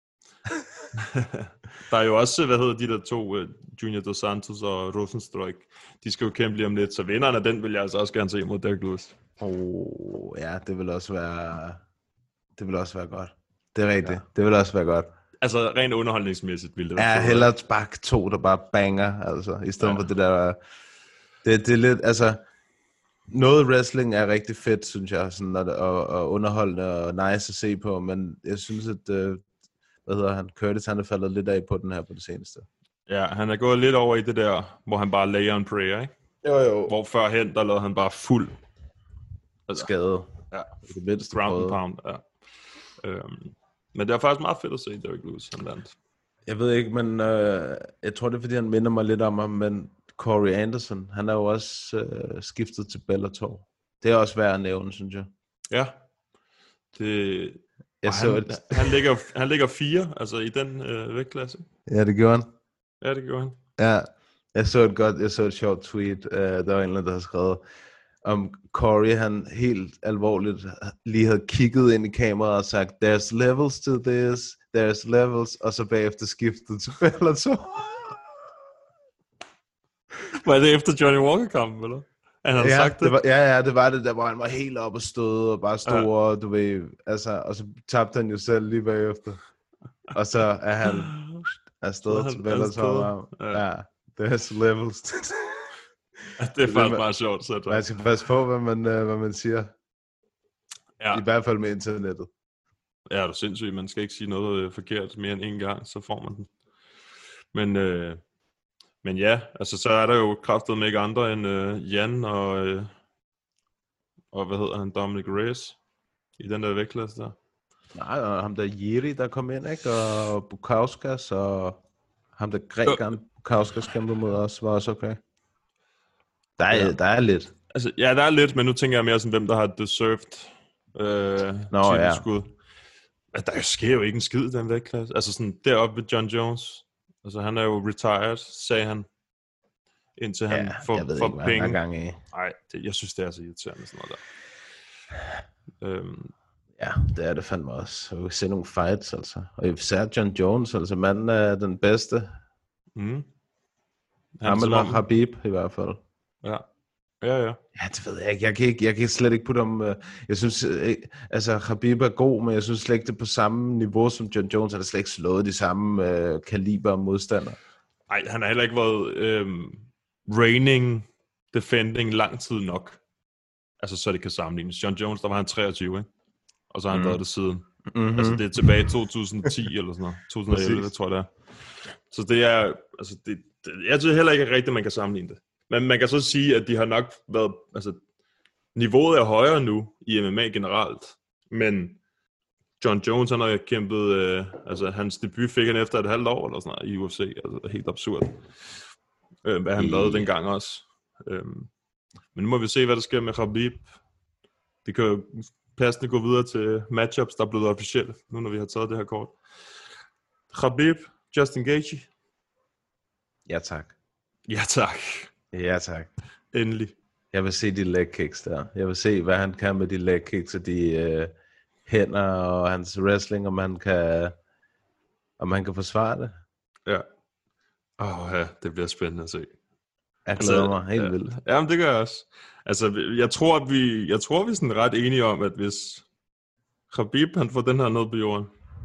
Speaker 8: Der er jo også, hvad hedder de der to, uh, Junior Dos Santos og Rosenstruik. De skal jo kæmpe lige om lidt, så vinderen af den vil jeg altså også gerne se mod Derrick Lewis.
Speaker 7: Åh, oh, ja, det vil også være... Det vil også være godt. Det er rigtigt. Ja. Det vil også være godt.
Speaker 8: Altså, rent underholdningsmæssigt ville det være.
Speaker 7: Ja, hellere spark to, der bare banger, altså, i stedet ja. for det der... Det, det er lidt, altså... Noget wrestling er rigtig fedt, synes jeg, sådan, og, og, og underholdende og nice at se på, men jeg synes, at... Øh, hvad hedder han? Curtis, han er faldet lidt af på den her på det seneste.
Speaker 8: Ja, han er gået lidt over i det der, hvor han bare layer en prayer, ikke?
Speaker 7: Jo, jo.
Speaker 8: Hvor førhen, der lavede han bare fuld...
Speaker 7: Altså, skade.
Speaker 8: Ja.
Speaker 7: Det mindste
Speaker 8: ground and pound, ja. Øhm, men det er faktisk meget fedt at se, Derrick Lewis, han vandt.
Speaker 7: Jeg ved ikke, men øh, jeg tror det er, fordi han minder mig lidt om ham, men Corey Anderson, han er jo også øh, skiftet til Bellator. Det er også værd at nævne, synes jeg.
Speaker 8: Ja. Det...
Speaker 7: Jeg så
Speaker 8: han, et... han, ligger, han ligger fire, altså i den øh, vægtklasse.
Speaker 7: Ja, det gjorde han.
Speaker 8: Ja, det gjorde han.
Speaker 7: Ja, jeg så et godt, jeg så et sjovt tweet, uh, der var en, der havde skrevet, om Corey, han helt alvorligt lige havde kigget ind i kameraet og sagt, there's levels to this, there's levels, og så bagefter skiftet til Bellator.
Speaker 8: Var det efter Johnny Walker-kampen, eller? Han havde
Speaker 7: ja,
Speaker 8: sagt det?
Speaker 7: det var, ja, ja, det var det, der hvor han var helt oppe og stod og bare stod ja. og du ved, altså, og så tabte han jo selv lige bagefter. Og så er han afsted til Bellator. Ja, ja, there's levels.
Speaker 8: Ja, det er faktisk bare sjovt. Så
Speaker 7: man skal passe på, hvad man, uh, hvad man siger. Ja. I hvert fald med internettet.
Speaker 8: Ja, det er sindssygt. Man skal ikke sige noget øh, forkert mere end en gang, så får man den. Men, øh, men ja, altså så er der jo kraftedeme ikke andre end øh, Jan og, øh, og hvad hedder han, Dominic Reyes i den der vægtklasse der.
Speaker 7: Nej, og ham der Jiri, der kom ind, ikke? Og Bukauskas, og ham der grækeren, Bukauskas kæmpe mod os, var også okay. Der er, ja. der er lidt.
Speaker 8: Altså, ja, der er lidt, men nu tænker jeg mere sådan, hvem der har deserved øh,
Speaker 7: Nå, ja.
Speaker 8: skud. Altså, der sker jo ikke en skid i den vægtklasse. Altså sådan deroppe ved John Jones. Altså han er jo retired, sagde han. Indtil ja, han får, får ikke, penge. Nej, jeg synes det er så irriterende sådan noget der. Øhm,
Speaker 7: ja, det er det fandme også. Vi kan se nogle fights altså. Og især John Jones, altså manden er den bedste.
Speaker 8: Mm.
Speaker 7: Han eller Habib i hvert fald.
Speaker 8: Ja. Ja, ja.
Speaker 7: Ja, det ved jeg ikke. Jeg kan, ikke, jeg kan slet ikke putte om... Jeg synes, altså Habib er god, men jeg synes slet ikke, det er på samme niveau som John Jones. Han har slet ikke slået de samme uh, kaliber modstandere.
Speaker 8: Nej, han har heller ikke været øhm, reigning, defending lang tid nok. Altså, så det kan sammenlignes. John Jones, der var han treogtyve, ikke? Og så har han mm. været det siden. Mm-hmm. Altså, det er tilbage i to tusind og ti eller sådan noget. to tusind og elleve, tror jeg det er. Så det er... Altså, det, det, jeg synes heller ikke rigtigt, man kan sammenligne det. Men man kan så sige, at de har nok været... Altså, niveauet er højere nu i M M A generelt. Men John Jones, han har kæmpet... Øh, altså, hans debut fik han efter et halvt år eller sådan noget i U F C. Altså, helt absurd. Øh, hvad han I... lavede dengang også. Øh, men nu må vi se, hvad der sker med Khabib. Det kan jo passende gå videre til matchups, der er blevet officielle, nu når vi har taget det her kort. Khabib, Justin Gaethje.
Speaker 7: Ja tak.
Speaker 8: Ja tak.
Speaker 7: Ja tak.
Speaker 8: Endelig.
Speaker 7: Jeg vil se de leg kicks der. Jeg vil se, hvad han kan med de leg kicks og de øh, hænder og hans wrestling, om han kan, om han kan forsvare det.
Speaker 8: Ja. Åh oh, ja, det bliver spændende at se.
Speaker 7: Jeg glæder mig helt
Speaker 8: ja,
Speaker 7: vildt.
Speaker 8: Jamen det gør jeg også. Altså, jeg tror, at vi, jeg tror, vi er sådan ret enige om, at hvis Khabib, han får den her ned på jorden,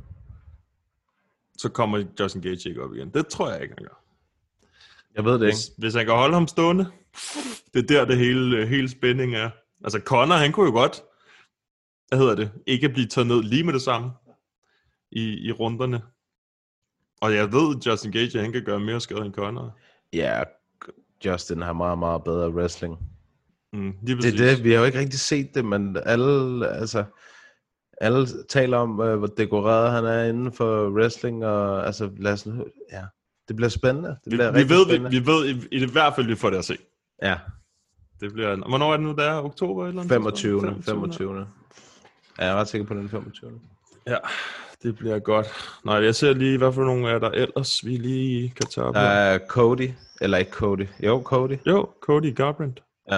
Speaker 8: så kommer Justin Gaethje ikke op igen. Det tror jeg ikke, han gør.
Speaker 7: Jeg ved det
Speaker 8: hvis,
Speaker 7: ikke.
Speaker 8: Hvis han kan holde ham stående, det er der, det hele, hele spænding er. Altså, Conor, han kunne jo godt, hvad hedder det, ikke blive taget ned lige med det samme i, i runderne. Og jeg ved, at Justin Gaethje, han kan gøre mere skade end Conor.
Speaker 7: Ja, Justin har meget, meget bedre wrestling.
Speaker 8: Mm, det
Speaker 7: er det, vi har jo ikke rigtig set det, men alle, altså, alle taler om, hvor dekoreret han er inden for wrestling, og altså, lad os nu, ja, det bliver spændende. Det bliver
Speaker 8: vi, vi, ved,
Speaker 7: spændende.
Speaker 8: Vi, vi ved i, i det hvert fald, vi får det at se.
Speaker 7: Ja.
Speaker 8: Det bliver, hvornår er det nu, der er? Oktober eller noget?
Speaker 7: femogtyvende femogtyvende Ja, jeg er ret sikker på den femogtyvende
Speaker 8: Ja, det bliver godt. Nej, jeg ser lige, hvad for nogle er der ellers, vi lige kan tage op.
Speaker 7: Der er Cody, eller ikke Cody. Jo, Cody.
Speaker 8: Jo, Cody Garbrandt.
Speaker 7: Ja.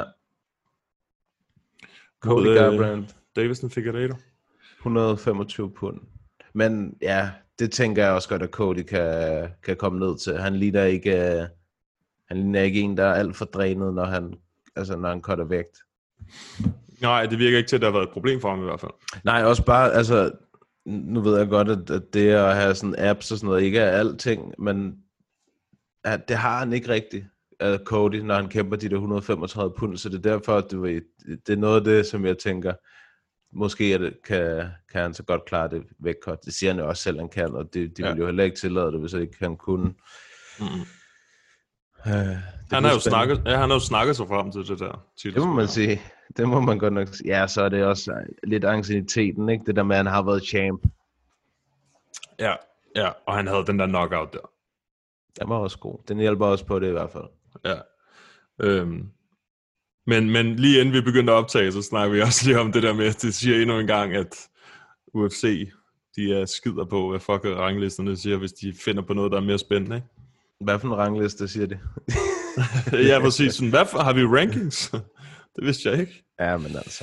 Speaker 7: Cody Garbrandt.
Speaker 8: Davison Figueiredo.
Speaker 7: et hundrede og femogtyve pund. Men ja, det tænker jeg også godt, at Cody kan, kan komme ned til. Han ligner ikke, uh, han ligner ikke en, der er alt for drænet, når han, altså, når han cutter vægt.
Speaker 8: Nej, det virker ikke til, at der har været et problem for ham i hvert fald.
Speaker 7: Nej, også bare, altså, nu ved jeg godt, at, at det at have sådan apps og sådan noget ikke er alting, men at det har han ikke rigtigt, uh, Cody, når han kæmper de der et hundrede og femogtredive pund, så det er derfor, at du ved, det er noget af det, som jeg tænker, måske er det, kan, kan han så godt klare det vægtcut. Det siger han jo også selv, han kan, og det, de ja. vil jo heller ikke tillade det, hvis ikke han kunne.
Speaker 8: Mm-hmm. Uh, han har jo snakket, ja, han har jo snakket sig frem til det der.
Speaker 7: Det må man sige. Det må man godt nok sige. Ja, så er det også lidt ancienniteten, ikke? Det der med, at han har været champ.
Speaker 8: Ja, ja, og han havde den der knockout der.
Speaker 7: Den var også god. Den hjælper også på det i hvert fald.
Speaker 8: Ja. Øhm. Men, men lige inden vi begyndte at optage, så snakker vi også lige om det der med, at det siger endnu en gang, at U F C, de er skider på, hvad fuck ranglisterne siger, hvis de finder på noget, der er mere spændende, ikke?
Speaker 7: Hvad for en rangliste, siger de?
Speaker 8: Ja, præcis. Sådan, hvad for, har vi rankings? Det vidste jeg ikke.
Speaker 7: Ja, men altså.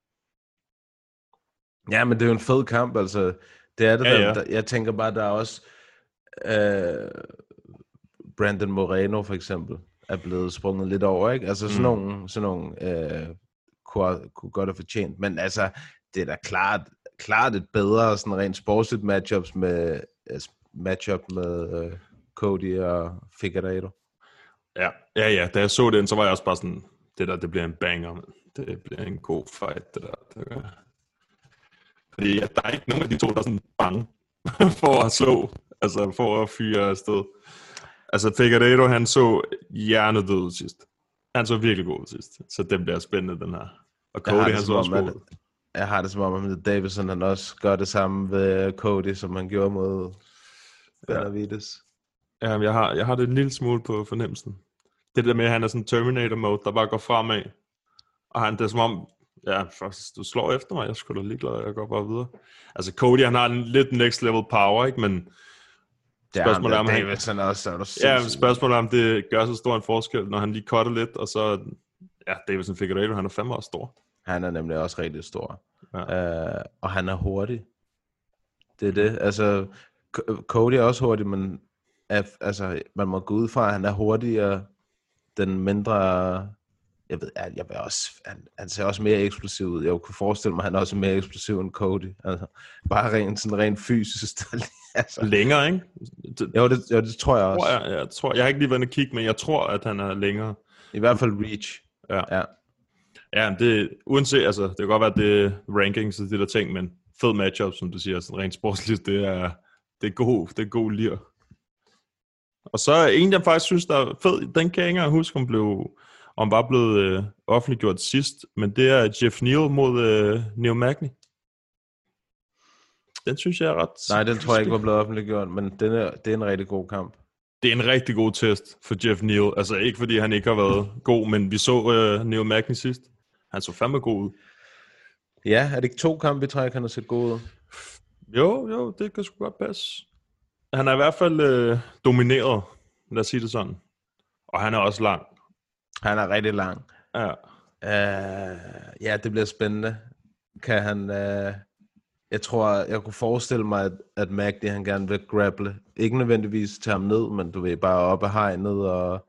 Speaker 7: Ja, men det er jo en fed kamp, altså. Det er det,
Speaker 8: ja,
Speaker 7: der,
Speaker 8: ja.
Speaker 7: der, jeg tænker bare, der er også øh, Brandon Moreno, for eksempel, er blevet sprunget lidt over, ikke? Altså sådan mm. nogle, sådan nogle øh, kunne, kunne godt have fortjent. Men altså, det er da klart, klart et bedre sådan rent sportsligt matchups med, matchup med øh, Cody og Figueiredo.
Speaker 8: Ja, ja, ja. Da jeg så den, så var jeg også bare sådan, det der, det bliver en banger, man. Det bliver en god fight, det der. Det gør. Fordi ja, der er ikke nogen af de to, der er sådan bange for at slå, altså for at fyre afsted. Altså Figueiredo, han så hjernedød ud sidst. Han så virkelig god ud sidst. Så det bliver spændende, den her. Og Cody, han så også god ud.
Speaker 7: Jeg har det som om, at Davison, han også gør det samme ved Cody, som han gjorde mod Benavides.
Speaker 8: Ja, jeg har, jeg har det en lille smule på fornemmelsen. Det der med, at han er sådan Terminator-mode, der bare går fremad. Og han, det er som om, ja, faktisk, du slår efter mig, jeg skulle da ligeglad, jeg går bare videre. Altså Cody, han har en lidt next level power, ikke? Men spørgsmålet er, om han,
Speaker 7: Davidson også, er du
Speaker 8: ja, spørgsmålet er, om det gør så stor en forskel, når han lige cutter lidt, og så, ja, Davison Figueiredo, han er fandme også stor.
Speaker 7: Han er nemlig også rigtig stor.
Speaker 8: Ja.
Speaker 7: Uh, og han er hurtig. Det er det. Altså, Cody er også hurtig, men altså, man må gå ud fra, at han er hurtigere, den mindre, jeg ved, jeg vil også, han, han ser også mere eksplosiv ud. Jeg kunne forestille mig, at han er også mere eksplosiv end Cody. Altså, bare rent, sådan rent fysisk. Altså.
Speaker 8: Længere, ikke?
Speaker 7: Det, jo, det, jo, det tror jeg også.
Speaker 8: Tror jeg, jeg, tror, jeg har ikke lige været inde og kigge, men jeg tror, at han er længere.
Speaker 7: I hvert fald reach.
Speaker 8: Ja.
Speaker 7: Ja.
Speaker 8: Ja, det uanset, altså, det kan godt være, at det er rankings og det der ting, men fed matchup, som du siger, sådan rent sportsligt, det er, det er god, det er god lir. Og så en, jeg faktisk synes, der er fed, den kan jeg ikke engang huske, hun blev, og han var blevet øh, offentliggjort sidst, men det er Jeff Neal mod øh, Neil Magny. Den synes jeg er ret...
Speaker 7: Nej, den tror jeg ikke var blevet offentliggjort, men den er, det er en rigtig god kamp.
Speaker 8: Det er en rigtig god test for Jeff Neal. Altså ikke fordi han ikke har været god, men vi så øh, Neil Magny sidst. Han så fandme god ud.
Speaker 7: Ja, er det ikke to kampe, vi trækker, han har set god ud?
Speaker 8: Jo, jo, det kan sgu godt passe. Han er i hvert fald øh, domineret, lad os sige det sådan. Og han er også lang.
Speaker 7: Han er rigtig lang.
Speaker 8: Ja.
Speaker 7: Uh, ja, det bliver spændende. Kan han... Uh... Jeg tror, jeg kunne forestille mig, at, at Magny, han gerne vil grapple. Ikke nødvendigvis tage ham ned, men du ved, bare op ad hegnet og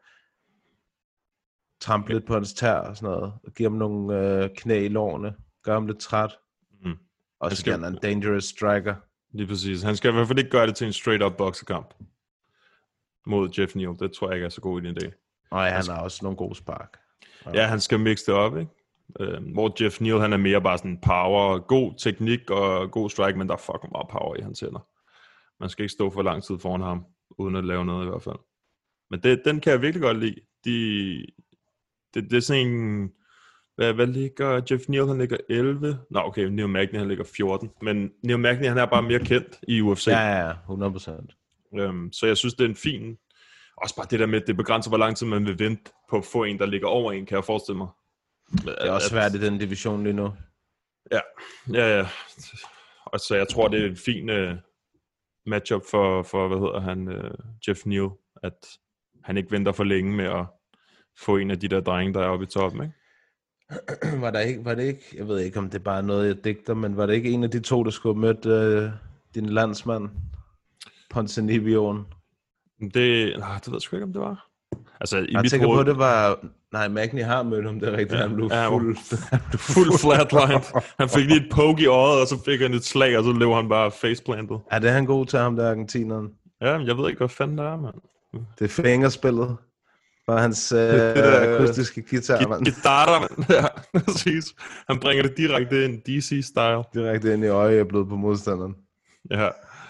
Speaker 7: trampe lidt på hans tær og sådan noget. Og give ham nogle øh, knæ i lårene. Gør ham lidt træt.
Speaker 8: Mm.
Speaker 7: Og så
Speaker 8: skal...
Speaker 7: gerne en dangerous striker.
Speaker 8: Lige præcis. Han skal i hvert fald ikke gøre det til en straight-up boksekamp mod Jeff Neal. Det tror jeg ikke er så god en idé.
Speaker 7: Og ja, han har også nogle gode spark.
Speaker 8: Ja, ja han skal mixe det op, ikke? Uh, hvor Jeff Neal, han er mere bare sådan power, god teknik og god strike, men der er fucking meget power i hans hænder. Man skal ikke stå for lang tid foran ham, uden at lave noget i hvert fald. Men det, den kan jeg virkelig godt lide. De, det, det er sådan en... Hvad, hvad ligger Jeff Neal? Han ligger elleve. Nå, okay, Neil Magny, han ligger fjorten. Men Neil Magny, han er bare mere kendt i U F C.
Speaker 7: Ja, ja, hundrede procent.
Speaker 8: Um, så jeg synes, det er en fin... Også bare det der med, at det begrænser, hvor lang tid man vil vente på at få en, der ligger over en, kan jeg forestille mig.
Speaker 7: Det er også svært i den division lige nu.
Speaker 8: Ja, ja, ja. Altså, jeg tror, det er en fin uh, matchup for, for, hvad hedder han, uh, Jeff Neal, at han ikke venter for længe med at få en af de der drenge, der er oppe i toppen, ikke?
Speaker 7: Var der ikke, var det ikke, jeg ved ikke, om det er bare noget, jeg digter, men var det ikke en af de to, der skulle møde uh, din landsmand, Ponzinibbioen?
Speaker 8: Det, nej, det ved jeg sgu ikke, om det var. Altså, i
Speaker 7: jeg
Speaker 8: mit
Speaker 7: tænker
Speaker 8: hoved...
Speaker 7: på, det var... Nej, Magny har mødt ham, det er rigtigt. Ja, han blev
Speaker 8: ja,
Speaker 7: fuld...
Speaker 8: fuld flatlined. Han fik lige et poke i øjet, og så fik han et slag, og så blev han bare faceplantet.
Speaker 7: Ja, det er han god til ham, der argentineren.
Speaker 8: Ja, men jeg ved ikke, hvad fanden det er, mand.
Speaker 7: Det er fingerspillet. For hans øh, det der, akustiske guitar, mand.
Speaker 8: Guitar, mand. Ja, præcis. Han bringer det direkte ind, D C-style.
Speaker 7: Direkte ind i øjeæblet på modstanderen.
Speaker 8: Ja.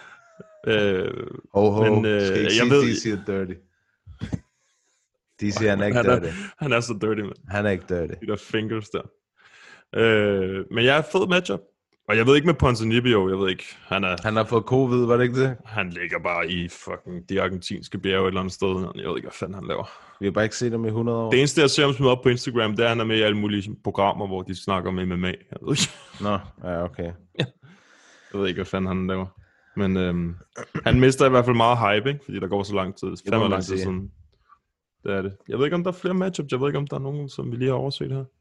Speaker 8: Øh,
Speaker 7: ho, ho.
Speaker 8: Men, øh,
Speaker 7: skal ikke
Speaker 8: jeg
Speaker 7: sige,
Speaker 8: ved...
Speaker 7: D C er dirty. D C han er ikke
Speaker 8: han
Speaker 7: dirty.
Speaker 8: Er, han er så dirty, man.
Speaker 7: Han er ikke dirty.
Speaker 8: De der fingers der. Øh, men jeg er fed matchup. Og jeg ved ikke med Ponzinibbio, jeg ved ikke. Han, er,
Speaker 7: han har fået covid, var det ikke det?
Speaker 8: Han ligger bare i fucking de argentinske bjerge et eller andet sted. Jeg ved ikke, hvad fanden han laver.
Speaker 7: Vi har bare ikke set ham i hundrede år.
Speaker 8: Det eneste, jeg ser ham smide op på Instagram, det er, at han er med i alle mulige programmer, hvor de snakker med M M A. Jeg ved ikke.
Speaker 7: Nå, ja, okay.
Speaker 8: Ja. Jeg ved ikke, hvad fanden han laver. Men øhm, han mister i hvert fald meget hype, ikke? Fordi der går så lang tid. Fem lang tid siden. Det er det. Jeg ved ikke, om der er flere matchups. Jeg ved ikke, om der er nogen, som vi lige har overset her.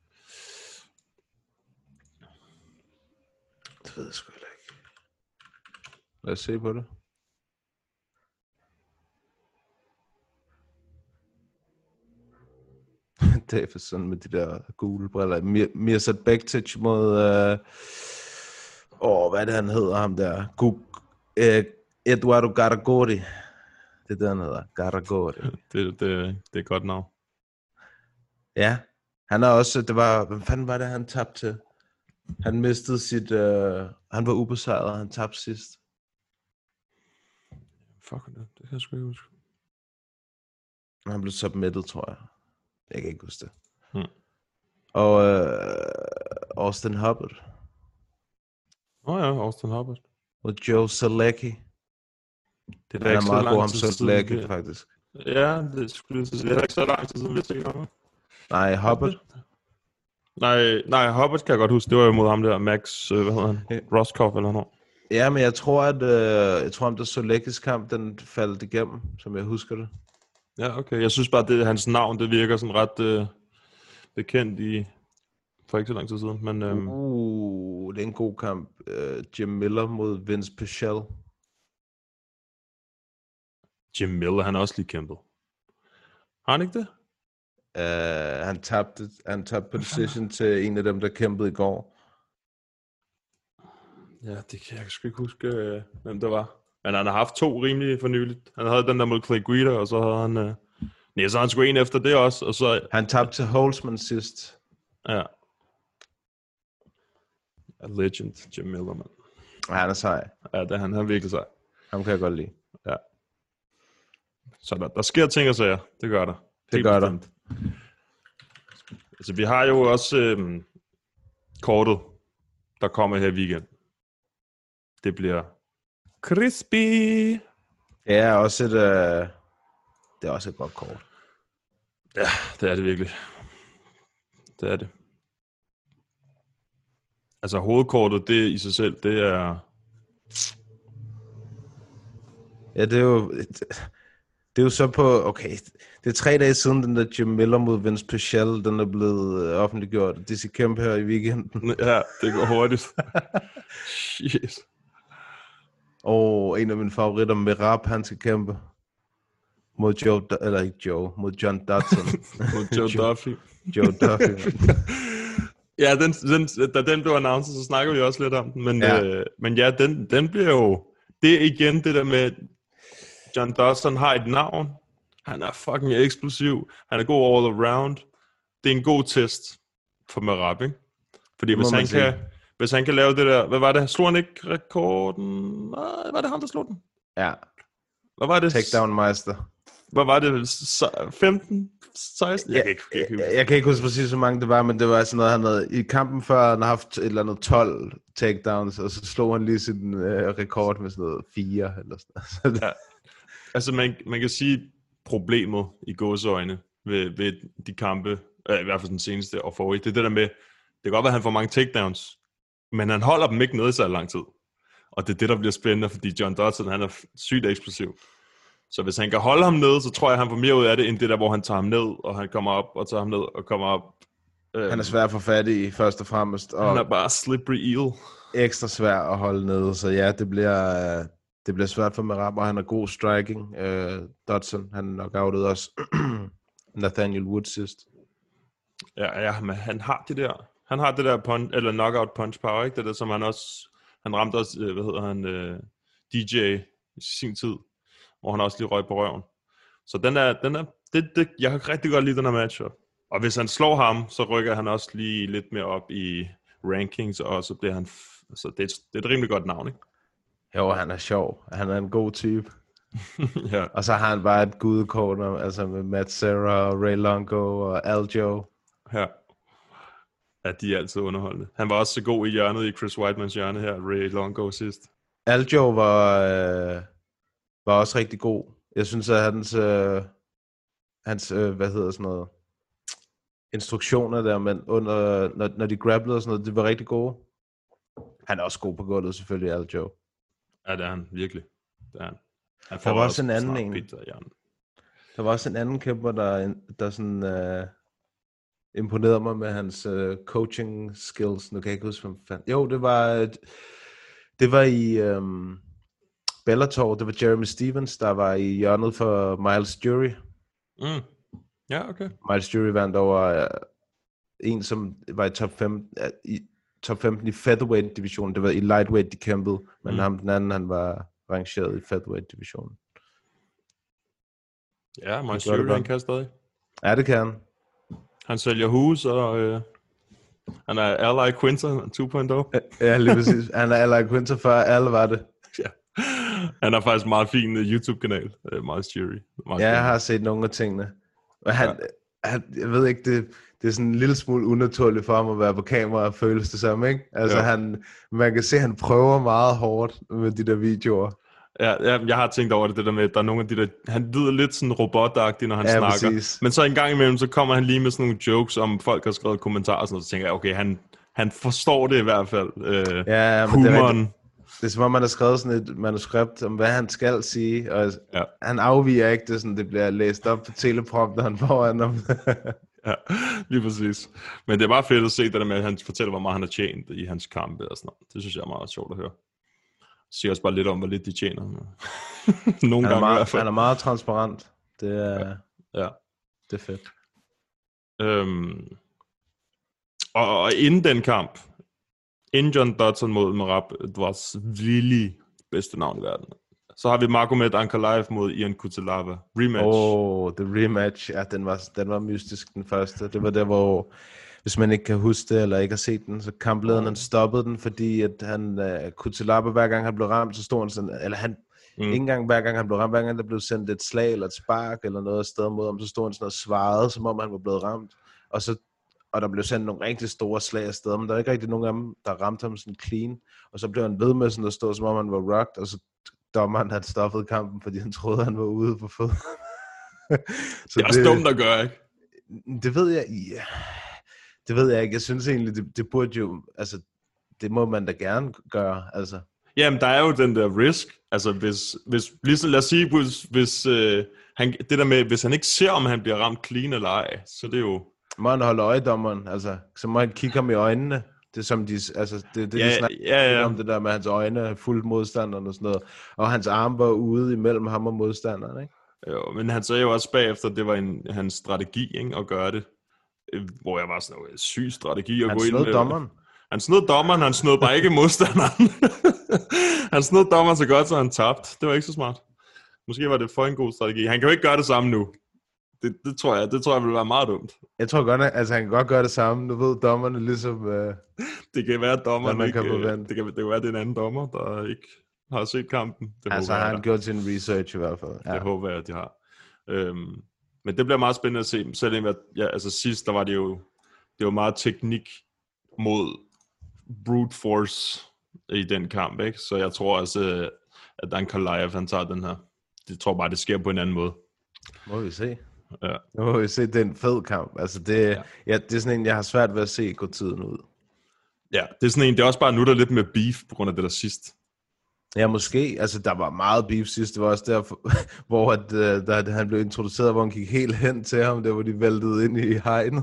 Speaker 7: Det ved jeg sgu ikke. Lad os se på det. Davison med de der gule briller. Mir- Mirsad Bektic mod... Øh... Åh, hvad er det, han hedder, ham der? Gug... Øh, Eduardo Garagori. Det er det, han hedder. Garagori.
Speaker 8: det, det, det er et godt navn.
Speaker 7: Ja. Han er også... Det var... Hvem fanden var det, han tabte til? Han mistede sit... Øh... Han var ubesejret, han tabte sidst.
Speaker 8: Fuck det. Det kan jeg sgu ikke huske.
Speaker 7: Han blev submitted, tror jeg. Jeg kan ikke huske det.
Speaker 8: Hmm.
Speaker 7: Og øh... Austin Hubbard.
Speaker 8: Åh oh ja, Austin Hubbard.
Speaker 7: Og Joe Solecki.
Speaker 8: Det
Speaker 7: er, er meget god ham Solecki, faktisk.
Speaker 8: Ja, det skulle det er ikke så lang tid siden, vi tænker ham.
Speaker 7: Nej, Hubbard.
Speaker 8: Nej, nej, Hubbard kan jeg godt huske. Det var jo mod ham der, Max, øh, hvad hedder han? Ja. Roscoff eller noget.
Speaker 7: Ja, men jeg tror, at øh, jeg tror, at der Soleckis kamp, den faldt igennem, som jeg husker det.
Speaker 8: Ja, okay. Jeg synes bare, det hans navn, det virker sådan ret øh, bekendt i for ikke så lang tid siden. Men, øhm...
Speaker 7: Uh, det er en god kamp. Uh, Jim Miller mod Vince Pichel.
Speaker 8: Jim Miller, han er også lige kæmpet. Har han ikke det?
Speaker 7: Uh, han tabte, han tabte på decision til en af dem, der kæmpede i går.
Speaker 8: Ja, det kan jeg sgu ikke huske, øh, hvem det var. Men han har haft to rimelig for nyligt. Han havde den der mod Clay Guida, og så havde han... Øh... Nej, så han sgu en efter det også, og så...
Speaker 7: Han tabte til Holtzman sidst.
Speaker 8: Ja. A legend, Jim Miller, man.
Speaker 7: Ja, han er sej.
Speaker 8: Ja, det er han. Han er virkelig sej.
Speaker 7: Ham kan jeg godt lide.
Speaker 8: Ja. Så der, der sker ting og sager. Det gør der.
Speaker 7: Det gør der.
Speaker 8: Altså, vi har jo også øhm, kortet, der kommer her i weekend. Det bliver crispy.
Speaker 7: Det er også et, øh, det er også et godt kort.
Speaker 8: Ja, det er det virkelig. Det er det. Altså, hovedkortet, det i sig selv, det er...
Speaker 7: Ja, det er jo... Det er jo så på... Okay, det er tre dage siden, den der Jim Miller mod Vince Pichel, den er blevet offentliggjort. Det skal kæmpe her i weekenden.
Speaker 8: Ja, det går hurtigt. Shit.
Speaker 7: Og en af mine favoritter, Merab, han skal kæmpe mod Joe, eller ikke Joe, mod John Dodson.
Speaker 8: mod Joe Duffy.
Speaker 7: Joe Duffy.
Speaker 8: Ja, den, den, da den blev announced, så snakker vi også lidt om den. Men
Speaker 7: ja,
Speaker 8: øh, men ja den, den bliver jo... Det er igen det der med... John Dodson har et navn. Han er fucking eksplosiv. Han er god all around. Det er en god test for Merab, ikke? Fordi hvis han, kan, hvis han kan lave det der... Hvad var det? Slog han ikke rekorden? Nej, var det ham, der slog den?
Speaker 7: Ja.
Speaker 8: Hvad var det?
Speaker 7: Takedown Meister.
Speaker 8: Hvad var det? femten? seksten? Jeg, jeg, jeg, jeg,
Speaker 7: jeg, jeg kan ikke huske præcis, hvor mange det var, men det var sådan noget, han havde i kampen før, han har haft et eller andet tolv takedowns, og så slog han lige sin øh, rekord med sådan noget fire eller sådan noget. Ja.
Speaker 8: Altså, man, man kan sige, problemet i gåseøjne ved, ved de kampe, øh, i hvert fald den seneste og forrige, det er det der med, det kan godt være, at han får mange takedowns, men han holder dem ikke nede i så lang tid. Og det er det, der bliver spændende, fordi John Dodson, han er sygt eksplosiv. Så hvis han kan holde ham nede, så tror jeg, han får mere ud af det, end det der, hvor han tager ham ned, og han kommer op, og tager ham ned, og kommer op.
Speaker 7: Øh, han er svær at få fat i, først og fremmest. Og
Speaker 8: han er bare slippery eel.
Speaker 7: Ekstra svær at holde nede, så ja, det bliver, det bliver svært for Merab, og han har god striking. Øh, Dodson, han knockoutet også Nathaniel Wood sidst.
Speaker 8: Ja, ja, men han har det der, han har det der punch, eller knockout punch power, ikke? Det der, som han også, han ramte også, hvad hedder han, øh, D J i sin tid, hvor han også lige røg på røven. Så den er, den er, det, det, jeg har rigtig godt lide den her matchup. Og hvis han slår ham, så rykker han også lige lidt mere op i rankings, og så bliver han, f- så det, er, det er et rimelig godt navn, ikke?
Speaker 7: Jo, han er sjov. Han er en god type.
Speaker 8: Ja.
Speaker 7: Og så har han bare et gudekort, altså med Matt Serra, Ray Longo og Aljo.
Speaker 8: Ja. Ja, de er altid underholdende. Han var også så god i hjørnet, i Chris Weidmans hjørne her, Ray Longo sidst.
Speaker 7: Aljo var, øh, var også rigtig god. Jeg synes, at hans, øh, hans øh, hvad hedder sådan noget, instruktioner der, men under, når, når de grapplede og sådan noget, det var rigtig gode. Han er også god på gulvet, selvfølgelig, Aljo.
Speaker 8: Ja, det er han, virkelig. Det er han. han
Speaker 7: der var også en anden en.
Speaker 8: Pizza,
Speaker 7: der var også en anden kæmper, der, der sådan øh, imponerede mig med hans øh, coaching skills. Nu kan jeg ikke huske, hvad fandt. Jo, det var, det var i øh, Bellator, det var Jeremy Stevens, der var i hjørnet for Miles Jury.
Speaker 8: Mm. Ja, okay.
Speaker 7: Miles Jury vandt over uh, en, som var i top fem, uh, i top femten i featherweight-divisionen. Det var i lightweight, de kæmpede, men mm. ham den anden, han var rangeret i featherweight-divisionen.
Speaker 8: Ja, Miles Jury, han kan stadig.
Speaker 7: Ja, det kan han. Han
Speaker 8: sælger hus, og øh, han er Ally Quinter to punkt nul.
Speaker 7: Ja, lige præcis. Han er Ally Quinter, før alle var det.
Speaker 8: Ja. Han har faktisk en meget fin uh, YouTube-kanal, uh, Miles Jury. Meget
Speaker 7: ja,
Speaker 8: fin.
Speaker 7: Jeg har set nogle af tingene. Og han, ja. han, jeg ved ikke, det, det er sådan en lille smule unaturligt for ham at være på kamera og føles det som, ikke? Altså, ja. han, man kan se, at han prøver meget hårdt med de der videoer.
Speaker 8: Ja, ja, jeg har tænkt over det, det der med, at der er nogle af de der... Han lyder lidt sådan robotagtig, når han ja, snakker. Præcis. Men så en gang imellem, så kommer han lige med sådan nogle jokes, om folk har skrevet kommentarer og sådan noget, så tænker jeg, okay, han, han forstår det i hvert fald. Øh,
Speaker 7: ja, men det er, rigtig, det er som om, man har skrevet sådan et manuskript om, hvad han skal sige, og ja. Han afviger ikke det, sådan det bliver læst op på teleprompteren foran ham.
Speaker 8: Ja, lige præcis. Men det er bare fedt at se det der med, at han fortæller, hvor meget han har tjent i hans kampe og sådan noget. Det synes jeg er meget sjovt at høre. Det siger også bare lidt om, hvor lidt de tjener. Nogle gange
Speaker 7: meget,
Speaker 8: i hvert fald.
Speaker 7: Han er meget transparent. Det er,
Speaker 8: ja. Ja.
Speaker 7: Det er fedt.
Speaker 8: Øhm, og, og inden den kamp, inden John Dodson mod Merab, det var virkelig bedste navn i verden. Så har vi Magomed Ankalaev mod Ian Cutelaba. Rematch.
Speaker 7: Åh, oh, the rematch. Ja, den var, den var mystisk, den første. Det var der, hvor, hvis man ikke kan huske det, eller ikke har set den, så kamplederen han stoppede den, fordi at han, uh, Cutelaba, hver gang han blev ramt, så stod han sådan, eller han, mm. ikke engang hver gang han blev ramt, hver gang der blev sendt et slag, eller et spark, eller noget afsted mod ham, så stod han sådan og svarede, som om han var blevet ramt. Og så og der blev sendt nogle rigtig store slag afsted, men der er ikke rigtig nogen af dem, der ramte ham sådan clean, og så blev han ved med sådan at stå, som om han var rocked, og så dommeren havde stoppet kampen, fordi han troede, han var ude på fod.
Speaker 8: Så det er også det, dumt at gøre, ikke?
Speaker 7: Det ved jeg, ja, det ved jeg ikke. Jeg synes egentlig, det, det burde jo, altså, det må man da gerne gøre, altså.
Speaker 8: Jamen, der er jo den der risk, altså hvis, hvis ligesom, lad os sige, hvis, hvis øh, han, det der med, hvis han ikke ser, om han bliver ramt clean eller ej, så det er jo...
Speaker 7: Må han holde øje, dommeren, altså, så må han kigge ham i øjnene. Det er som de, altså, det, det,
Speaker 8: ja,
Speaker 7: de snakker
Speaker 8: ja, ja.
Speaker 7: om det der med hans øjne, fuldt modstanderen og sådan noget, og hans arm var ude imellem ham og modstanderen, ikke?
Speaker 8: Jo, men han sagde jo også bagefter, at det var en, hans strategi, ikke, at gøre det, hvor jeg var sådan en syg strategi at
Speaker 7: han
Speaker 8: gå ind.
Speaker 7: Han snød dommeren.
Speaker 8: Han snød dommeren, han snød bare ikke modstanderen. Han snød dommeren så godt, så han tabte. Det var ikke så smart. Måske var det for en god strategi. Han kan jo ikke gøre det samme nu. Det, det, tror jeg, det tror jeg vil være meget dumt.
Speaker 7: Jeg tror godt, at altså, han kan godt gøre det samme. Du ved, dommerne ligesom... Øh,
Speaker 8: det kan være, at dommeren
Speaker 7: man
Speaker 8: ikke...
Speaker 7: Kan
Speaker 8: det, kan, det kan være, at det er en anden dommer, der ikke har set kampen. Det
Speaker 7: altså har han gjort sin research i hvert fald.
Speaker 8: Ja. Det håber jeg, at de har. Øhm, men det bliver meget spændende at se. Selvom at, ja, altså sidst, der var det jo... Det var meget teknik mod brute force i den kamp, ikke? Så jeg tror også, at Dan Kalaev, han tager den her. Jeg tror bare, det sker på en anden måde.
Speaker 7: Må vi se.
Speaker 8: Ja.
Speaker 7: Nu må vi se, det er en fed kamp. Altså det, ja. Ja, det er sådan en, jeg har svært ved at se gå tiden ud.
Speaker 8: Ja, det er sådan en, det er også bare nu, der er lidt med beef på grund af det der sidst.
Speaker 7: Ja, måske. Altså, der var meget beef sidst. Det var også der, hvor at, uh, der, han blev introduceret, hvor han gik helt hen til ham, der hvor de væltede ind i hegnet.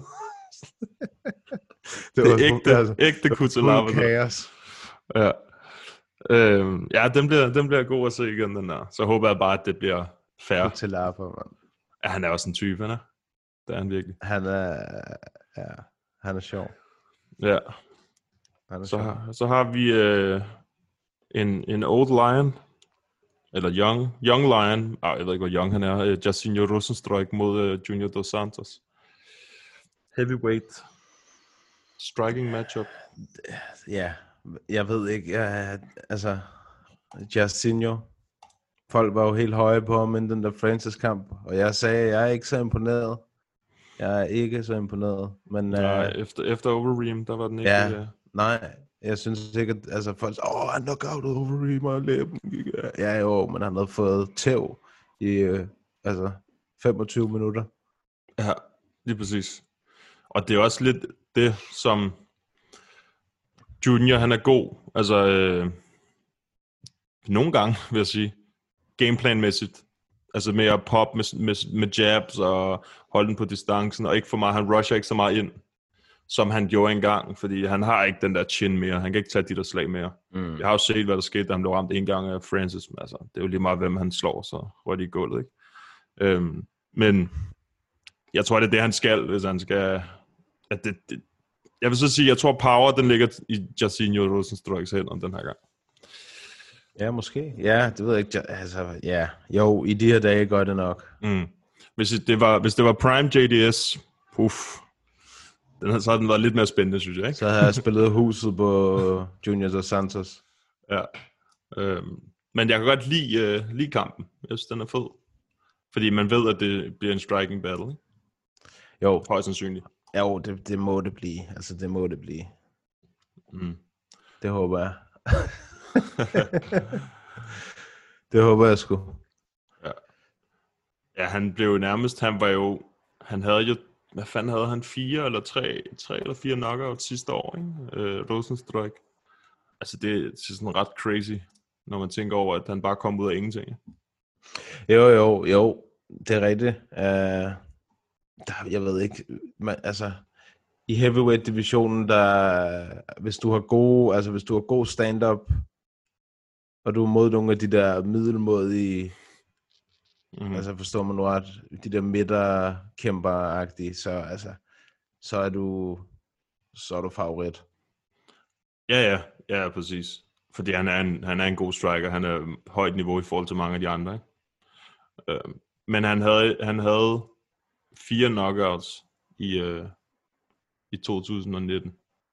Speaker 8: det, det er ægte, altså, ægte Kutelava.
Speaker 7: Kaos.
Speaker 8: Ja. Øhm, ja, den bliver, den bliver god at se igen, den der. Så håber jeg bare, at det bliver fair.
Speaker 7: Kutelava, mand.
Speaker 8: Ja, han er også en type, han er. Det er han virkelig.
Speaker 7: Han er, ja, han er sjov.
Speaker 8: Ja.
Speaker 7: Han er
Speaker 8: så,
Speaker 7: sjov.
Speaker 8: har, så har vi øh, en, en old lion, eller young, young lion, ah, jeg ved ikke, hvor young han er, øh, Jairzinho Rozenstruik mod øh, Junior Dos Santos. Heavyweight striking matchup.
Speaker 7: Ja, jeg ved ikke, jeg, altså, Jairzinho, folk var jo helt høje på ham inden den der Francis-kamp, og jeg sagde, at jeg er ikke så imponeret. Jeg er ikke så imponeret, men...
Speaker 8: Nej,
Speaker 7: uh,
Speaker 8: efter, efter Overeem, der var den ikke...
Speaker 7: Ja,
Speaker 8: ja.
Speaker 7: nej, jeg synes ikke, at altså, folk siger, åh, han knockout Overeem, og læben gik af. Ja, jo, men han havde fået tæv i, uh, altså, femogtyve minutter.
Speaker 8: Ja, lige præcis. Og det er også lidt det, som Junior, han er god. Altså, øh, nogle gange, vil jeg sige, gameplanmæssigt. Altså med at pop med, med, med jabs og holde den på distancen, og ikke for meget, han rusher ikke så meget ind, som han gjorde engang, fordi han har ikke den der chin mere. Han kan ikke tage de der slag mere. Mm. Jeg har jo set, hvad der skete, da han blev ramt en gang af Francis. Men altså, det er jo lige meget, hvem han slår, så rører de i gulvet, ikke? Øhm, men jeg tror, det er det, han skal, hvis han skal... At det, det, jeg vil så sige, jeg tror, power, den ligger i Jairzinho Rozenstruiks hænder den her gang.
Speaker 7: Ja, måske. Ja, det ved jeg ikke. Altså, ja. Jo, i de her dage gør det nok.
Speaker 8: Mm. Hvis det var, hvis det var Prime J D S, puff, den, så havde den været lidt mere spændende, synes jeg, ikke?
Speaker 7: Så havde jeg spillet huset på Junior Dos Santos.
Speaker 8: Ja. Øhm, men jeg kan godt lide, uh, lide kampen. Jeg synes, den er fed. Fordi man ved, at det bliver en striking battle, ikke?
Speaker 7: Jo.
Speaker 8: Højst sandsynligt.
Speaker 7: Jo, det, det må det blive. Altså, det må det blive.
Speaker 8: Mm.
Speaker 7: Det håber jeg. Det håber jeg sgu.
Speaker 8: Ja. Ja, han blev jo nærmest, han var jo, han havde jo, hvad fanden havde han, fire eller tre, tre eller fire knockouts sidste år, ikke? Øh, Rozenstruik. Altså det er sådan ret crazy, når man tænker over, at han bare kom ud af ingenting.
Speaker 7: Jo, jo, jo, det er rigtigt. Uh, der, jeg ved ikke, man, altså i heavyweight-divisionen, der, hvis du har gode, altså hvis du har god stand-up, og du er mod nogle af de der middelmådige, mm-hmm. altså forstår man nu ret, de der midterkæmper-agtige, så altså, så er du, så er du favorit.
Speaker 8: Ja, ja, ja, præcis. Fordi han er en, han er en god striker, han er højt niveau i forhold til mange af de andre, ikke? Øh, men han havde, han havde fire knockouts i, øh, i to tusind nitten.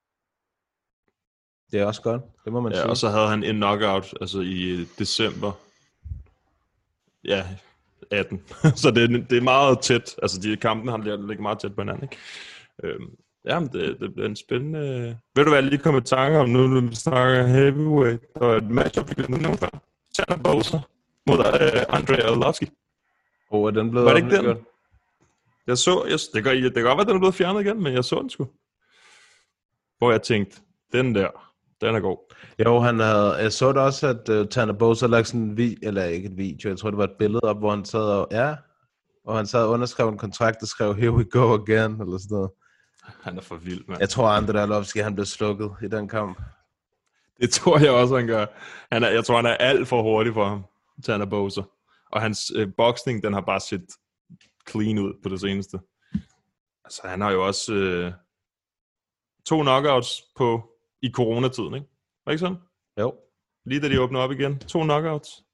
Speaker 7: Det er også godt, det må man
Speaker 8: ja,
Speaker 7: sige.
Speaker 8: Og så havde han en knockout altså i december ja, atten. Så det, det er meget tæt. Altså de kampene han ligger meget tæt på hinanden, ikke? Øhm, Jamen, det, det bliver en spændende... Ved du hvad, jeg lige kom i tanke om nu, når vi snakker heavyweight. Der var et matchup, vi kunne nævne før. Tanner Boser mod uh, Andrei Arlovski.
Speaker 7: Åh, er den blevet
Speaker 8: Var det ikke den?
Speaker 7: offentliggjort?
Speaker 8: Jeg så... Jeg, det, kan, det kan godt være, den er blevet fjernet igen, men jeg så den sgu. Hvor jeg tænkte, den der, den er god.
Speaker 7: Jo, han havde... Jeg så det også, at uh, Tanner Boser lagde sådan en video... Eller ikke et video, jeg tror, det var et billede op, hvor han sad og... Ja, og han sad og underskrev en kontrakt, der skrev, here we go again, eller sådan noget.
Speaker 8: Han er for vild, mand.
Speaker 7: Jeg tror, Andrei Arlovski, han blev slukket i den kamp.
Speaker 8: Det tror jeg også, han gør. Han er, jeg tror, han er alt for hurtig for ham, Tanner Boser. Og hans øh, boksning, den har bare set clean ud på det seneste. Altså, han har jo også øh, to knockouts på, i coronatiden, ikke? Var ikke sådan?
Speaker 7: Jo.
Speaker 8: Lige da de åbner op igen. To knockouts.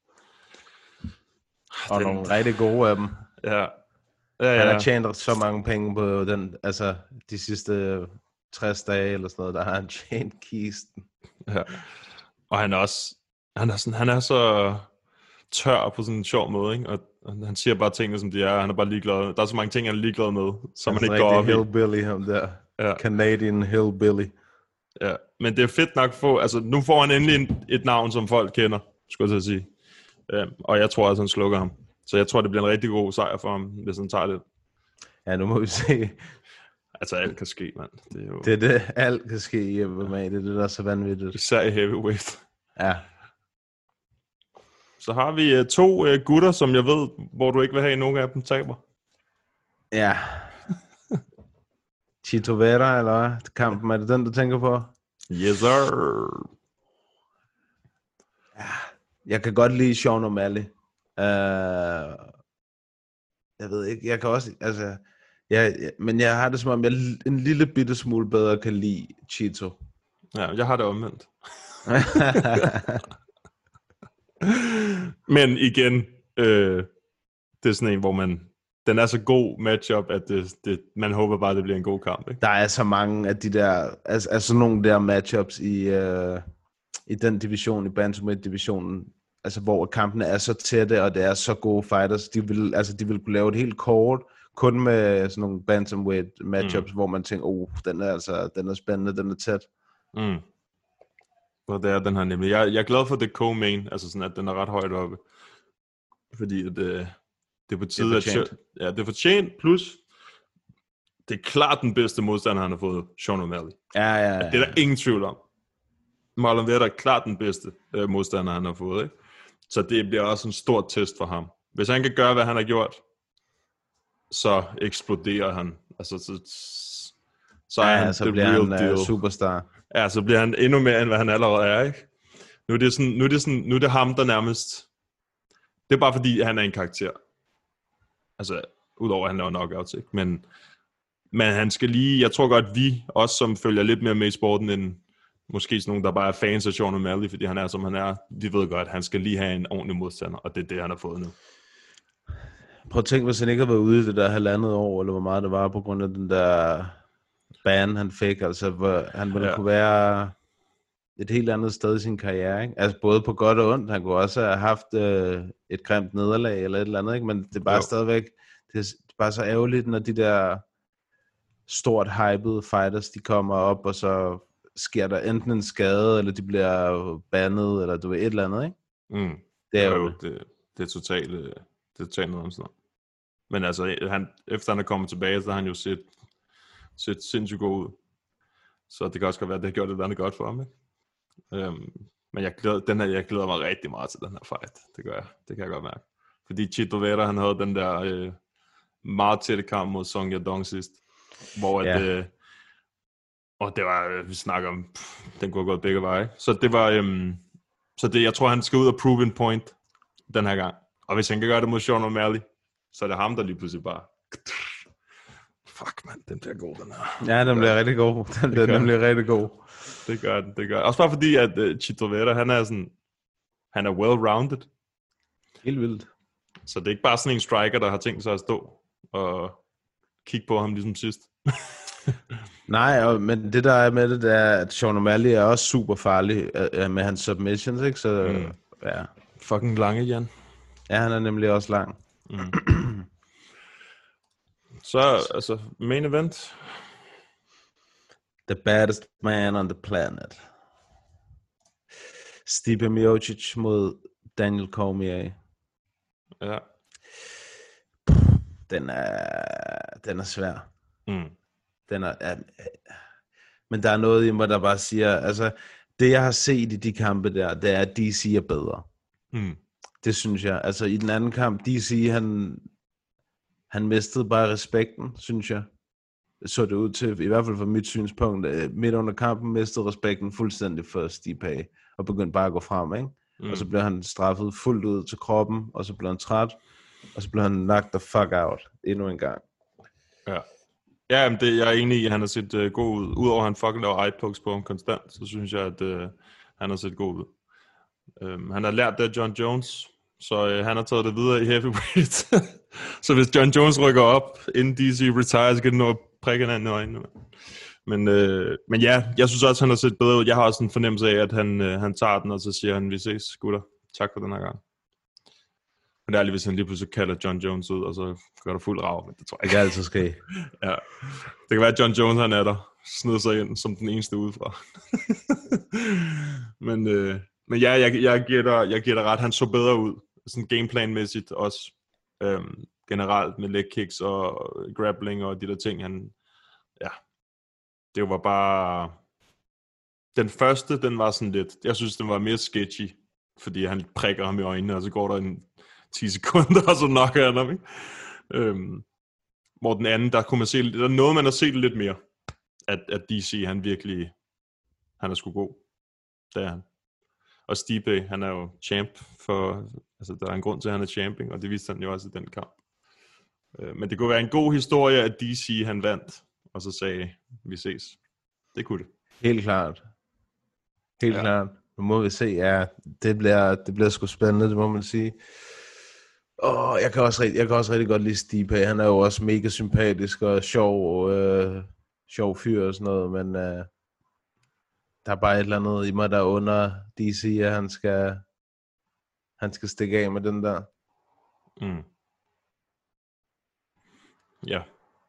Speaker 7: Og
Speaker 8: den...
Speaker 7: nogle rigtig gode af dem.
Speaker 8: Ja. Ja, ja.
Speaker 7: Han har tjent så mange penge på den, altså de sidste tres dage eller sådan noget, der har han tjent kisten.
Speaker 8: Ja. Og han er også, han er, sådan, han er så tør på sådan en sjov måde, ikke? Og, og han siger bare tingene, som de er. Han er bare ligeglad. Der er så mange ting, han er ligeglad med, som han ikke går op i.
Speaker 7: Hillbilly, ham der.
Speaker 8: Ja.
Speaker 7: Canadian hillbilly.
Speaker 8: Ja, men det er fedt nok at få, altså nu får han endelig en, et navn, som folk kender, skulle jeg til at sige. Um, og jeg tror også, han slukker ham. Så jeg tror, det bliver en rigtig god sejr for ham, hvis han tager det.
Speaker 7: Ja, nu må vi se.
Speaker 8: Altså, alt kan ske, mand. Det er jo...
Speaker 7: Det er det, alt kan ske i M M A. Det er det, der er så vanvittigt.
Speaker 8: Især i heavyweight.
Speaker 7: Ja.
Speaker 8: Så har vi uh, to uh, gutter, som jeg ved, hvor du ikke vil have, nogen af dem taber.
Speaker 7: Ja. Chito Vera, eller hvad? Kampen, er det den, du tænker på?
Speaker 8: Yes, sir.
Speaker 7: Ja. Jeg kan godt lide Sean O'Malley. Uh, jeg ved ikke, jeg kan også, altså, jeg, jeg, men jeg har det som om, jeg en lille bitte smule bedre kan lide Chito.
Speaker 8: Ja, jeg har det omvendt. Men igen, øh, det er sådan en, hvor man, den er så god matchup, at det, det, man håber bare, det bliver en god kamp, ikke?
Speaker 7: Der er så mange af de der, altså, altså nogle der matchups i, uh, i den division, i bantamweight-divisionen, altså hvor kampene er så tætte, og det er så gode fighters, de vil, altså de vil kunne lave et helt kort, kun med sådan nogle bantamweight matchups, mm. hvor man tænker, oh, den er altså, den er spændende, den er tæt.
Speaker 8: Mm. Og det er den her nemlig. Jeg, jeg er glad for det co-main, altså sådan, at den er ret højt oppe. Fordi at, øh, det er på tide, at... Ja, det er fortjent, plus det er klart den bedste modstander, han har fået, Sean O'Malley.
Speaker 7: Ja, ja, ja.
Speaker 8: Det er der ingen tvivl om. Marlon Vera er klart den bedste øh, modstander, han har fået, ikke? Så det bliver også en stor test for ham. Hvis han kan gøre, hvad han har gjort, så eksploderer han. Altså, så, så er
Speaker 7: ja,
Speaker 8: han
Speaker 7: så
Speaker 8: the
Speaker 7: bliver
Speaker 8: real
Speaker 7: han
Speaker 8: deal.
Speaker 7: Uh, superstar.
Speaker 8: Ja, så bliver han endnu mere, end hvad han allerede er, ikke? Nu er det, sådan, nu er det, sådan, nu er det ham, der nærmest... Det er bare fordi, han er en karakter. Altså, udover at han laver knockouts, ikke? Men, men han skal lige... Jeg tror godt, vi, også som følger lidt mere med i sporten, end måske sådan nogen, der bare er fans af Sean O'Malley, fordi han er, som han er. De ved godt, at han skal lige have en ordentlig modstander, og det er det, han har fået nu.
Speaker 7: Prøv at tænke, hvis han ikke har været ude i det der halvandet år, eller hvor meget det var, på grund af den der ban, han fik. Altså, hvor han ville ja. kunne være et helt andet sted i sin karriere, ikke? Altså, både på godt og ondt. Han kunne også have haft øh, et grimt nederlag, eller et eller andet, ikke? Men det er bare jo. stadigvæk, det er, det er bare så ærgerligt, når de der stort hypede fighters, de kommer op, og så sker der enten en skade, eller de bliver bandet, eller du ved, et eller andet, ikke?
Speaker 8: Mm.
Speaker 7: Det er jo,
Speaker 8: jo det. Det er totalt, det er totalt noget om sådan noget. Men altså, han, efter han er kommet tilbage, så har han jo set, set sindssygt god ud. Så det kan også godt være, at det har gjort et eller andet godt for ham, ikke? Øhm, men jeg glæder, den her, jeg glæder mig rigtig meget til den her fight. Det gør jeg. Det kan jeg godt mærke. Fordi Chito Vera, han havde den der øh, meget tætte kamp mod Song Yadong sidst. Hvor
Speaker 7: ja.
Speaker 8: at, øh, og det var, vi snakker om, pff, den kunne have gået begge veje. Så det var, øhm, så det, jeg tror, han skal ud og prove en point den her gang. Og hvis han kan gøre det mod Sean O'Malley, så er det ham, der lige pludselig bare... Fuck, man, den bliver god, den her.
Speaker 7: Ja, den bliver rigtig god. Den bliver nemlig rigtig god.
Speaker 8: Det gør den, det gør den. Også bare fordi, at uh, Chito Vera, han er sådan... Han er well-rounded.
Speaker 7: Helt vildt.
Speaker 8: Så det er ikke bare sådan en striker, der har tænkt sig at stå og kigge på ham ligesom sidst.
Speaker 7: Nej, og, men det der er med det, det er, at Sean O'Malley er også super farlig uh, med hans submissions, ikke? Så, mm. ja.
Speaker 8: Fucking lange, Jan.
Speaker 7: Ja, han er nemlig også lang. Mm.
Speaker 8: Så, altså, main event.
Speaker 7: The baddest man on the planet. Stipe Miocic mod Daniel Cormier.
Speaker 8: Ja.
Speaker 7: Den er, den er svær.
Speaker 8: Mm.
Speaker 7: Den er, er, men der er noget i mig, der bare siger, altså, det jeg har set i de kampe der, det er, at D C er bedre.
Speaker 8: Mm.
Speaker 7: Det synes jeg. Altså, i den anden kamp, D C, han, han mistede bare respekten, synes jeg. Så det ud til, i hvert fald fra mit synspunkt, midt under kampen mistede respekten fuldstændig for Stipe, og begyndte bare at gå frem, ikke? Mm. Og så blev han straffet fuldt ud til kroppen, og så blev han træt, og så blev han knocked the fuck out endnu en gang.
Speaker 8: Ja. Ja, men det, jeg er enig i, at han har set uh, god ud. Udover at han fucking laver eye pokes på ham konstant, så synes jeg, at uh, han har set god ud. Um, han har lært det af John Jones, så uh, han har taget det videre i heavyweight. Så hvis John Jones rykker op, inden D C retire, så kan det nå at prikke hinanden i øjnene. Men, øh, men ja, jeg synes også, han har set bedre ud. Jeg har også en fornemmelse af, at han, øh, han tager den, og så siger han, vi ses, gutter. Tak for den her gang. Men det er lige, hvis han lige pludselig kalder John Jones ud, og så gør der fuld rav. Men det tror jeg
Speaker 7: ikke. Det kan altid ske.
Speaker 8: Ja. Det kan være, at John Jones, han er der, snider sig ind som den eneste udefra. men, øh, men ja, jeg, jeg, giver dig, jeg giver dig ret. Han så bedre ud. Sådan gameplanmæssigt også. Øhm, generelt med leg kicks og grappling og de der ting. Han, ja, det var bare... Den første, den var sådan lidt... Jeg synes, den var mere sketchy, fordi han prikker ham i øjnene, og så går der en ti sekunder, og så knocker han ham, ikke? Øhm, hvor den anden, der kunne man se... Der er noget, man har set lidt mere, at, at D C, han virkelig... Han er sgu god. Det er han. Og Stipe, han er jo champ for... Altså, der er en grund til, at han er champion, og det viste han jo også i den kamp. Øh, men det kunne være en god historie, at D C, han vandt, og så sagde, vi ses. Det kunne det.
Speaker 7: Helt klart. Helt
Speaker 8: ja.
Speaker 7: klart. Nu må vi se, ja, det bliver, det bliver sgu spændende, det må man sige. Åh, jeg kan også, jeg kan også rigtig godt lide Stipe. Han er jo også mega sympatisk og sjov, øh, sjov fyr og sådan noget, men øh, der er bare et eller andet i mig, der under D C, at han skal, han skal stikke af med den der.
Speaker 8: Mm. Ja.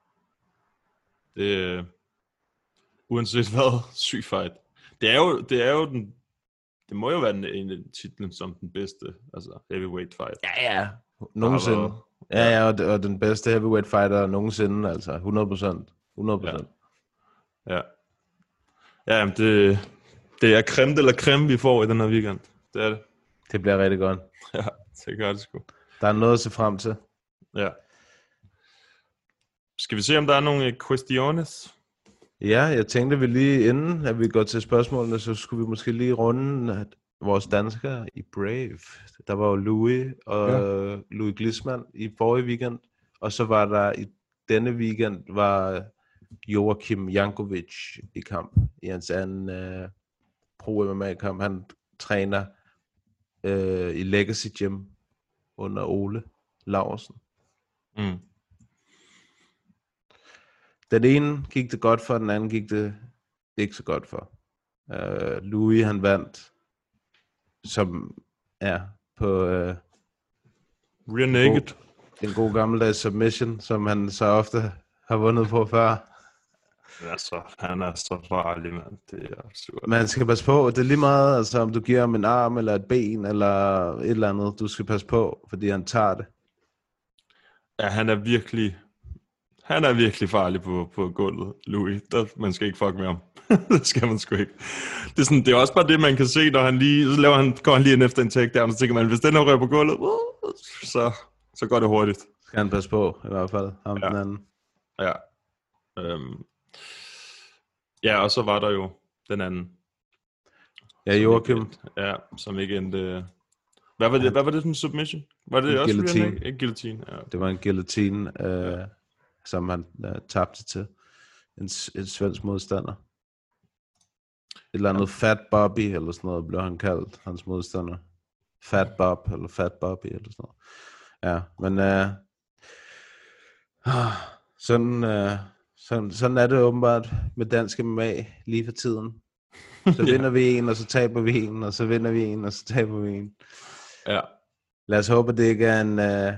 Speaker 8: Det uh, uanset hvad, syg fight. Det er jo, det er jo den, det må jo være den ene titlen som den bedste, altså heavyweight fight.
Speaker 7: Ja, ja. Nogensinde. Ja, ja, og, og den bedste heavyweight fighter nogensinde, altså hundrede procent. hundrede procent.
Speaker 8: Ja. Ja, ja jamen det, det er creme eller creme, vi får i den her weekend. Det er det.
Speaker 7: Det bliver rigtig godt.
Speaker 8: Ja, det gør det sgu.
Speaker 7: Der er noget at se frem til.
Speaker 8: Ja. Skal vi se, om der er nogle questiones?
Speaker 7: Ja, jeg tænkte, vi lige inden, at vi går til spørgsmålene, så skulle vi måske lige runde vores danskere i Brave. Der var jo Louis og ja. Louis Glissman i forrige weekend, og så var der i denne weekend var Joachim Jankovic i kamp, i hans anden uh, pro-M M A-kamp. Han træner uh, i Legacy Gym under Ole Laursen.
Speaker 8: Mm.
Speaker 7: Den ene gik det godt for, den anden gik det ikke så godt for. Uh, Louis, han vandt, som er på uh,
Speaker 8: Rear Naked.
Speaker 7: God, en god gammeldags submission, som han så ofte har vundet på før.
Speaker 8: Altså, han er så farlig, mand. Det er absurd.
Speaker 7: Man skal passe på, det er lige meget, altså om du giver ham en arm eller et ben eller et eller andet, du skal passe på, fordi han tager det.
Speaker 8: Ja, han er virkelig, han er virkelig farlig på, på gulvet, Louis. Der, man skal ikke fuck med ham. Det skal man sgu ikke. Det er, sådan, det er også bare det, man kan se, når han lige, så laver han, går han lige ind efter en takedown, så tænker man, hvis den her rører på gulvet, så, så går det hurtigt.
Speaker 7: Skal han passe på, i hvert fald, ham
Speaker 8: ja.
Speaker 7: den anden.
Speaker 8: Ja. Øhm. Ja, og så var der jo den anden.
Speaker 7: Ja, Joachim.
Speaker 8: Ja, som ikke endte... Hvad var det, ja. hvad var det for en submission? Var det
Speaker 7: en
Speaker 8: også
Speaker 7: guillotine.
Speaker 8: En guillotine, ja.
Speaker 7: Det var en guillotine, øh,
Speaker 8: ja.
Speaker 7: som han øh, tabte til en, en svensk modstander. Et eller andet ja. Fat Bobby, eller sådan noget, blev han kaldt, hans modstander. Fat Bob, eller Fat Bobby, eller sådan noget. Ja, men... Øh, sådan... Øh, Sådan, sådan er det åbenbart med dansk M M A lige for tiden. Så vinder ja. vi en, og så taber vi en, og så vinder vi en, og så taber vi en.
Speaker 8: Ja.
Speaker 7: Lad os håbe, at det ikke er en, uh,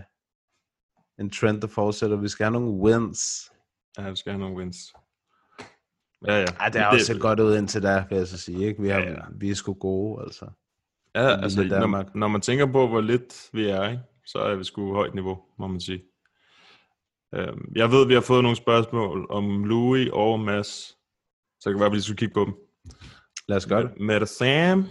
Speaker 7: en trend, der fortsætter. Vi skal have nogle wins.
Speaker 8: Ja, vi skal have nogle wins. Ja, ja.
Speaker 7: Ej, det er også set godt ud indtil der, vil jeg så sige. Ikke? Vi, har, ja, ja. vi er sgu gode, altså.
Speaker 8: Ja, altså, når, når man tænker på, hvor lidt vi er, ikke, så er vi sgu højt niveau, må man sige. Øhm, jeg ved, vi har fået nogle spørgsmål om Louis og Mads, så det kan være, at vi lige skulle kigge på dem.
Speaker 7: Lad os gøre det.
Speaker 8: Med det Sam.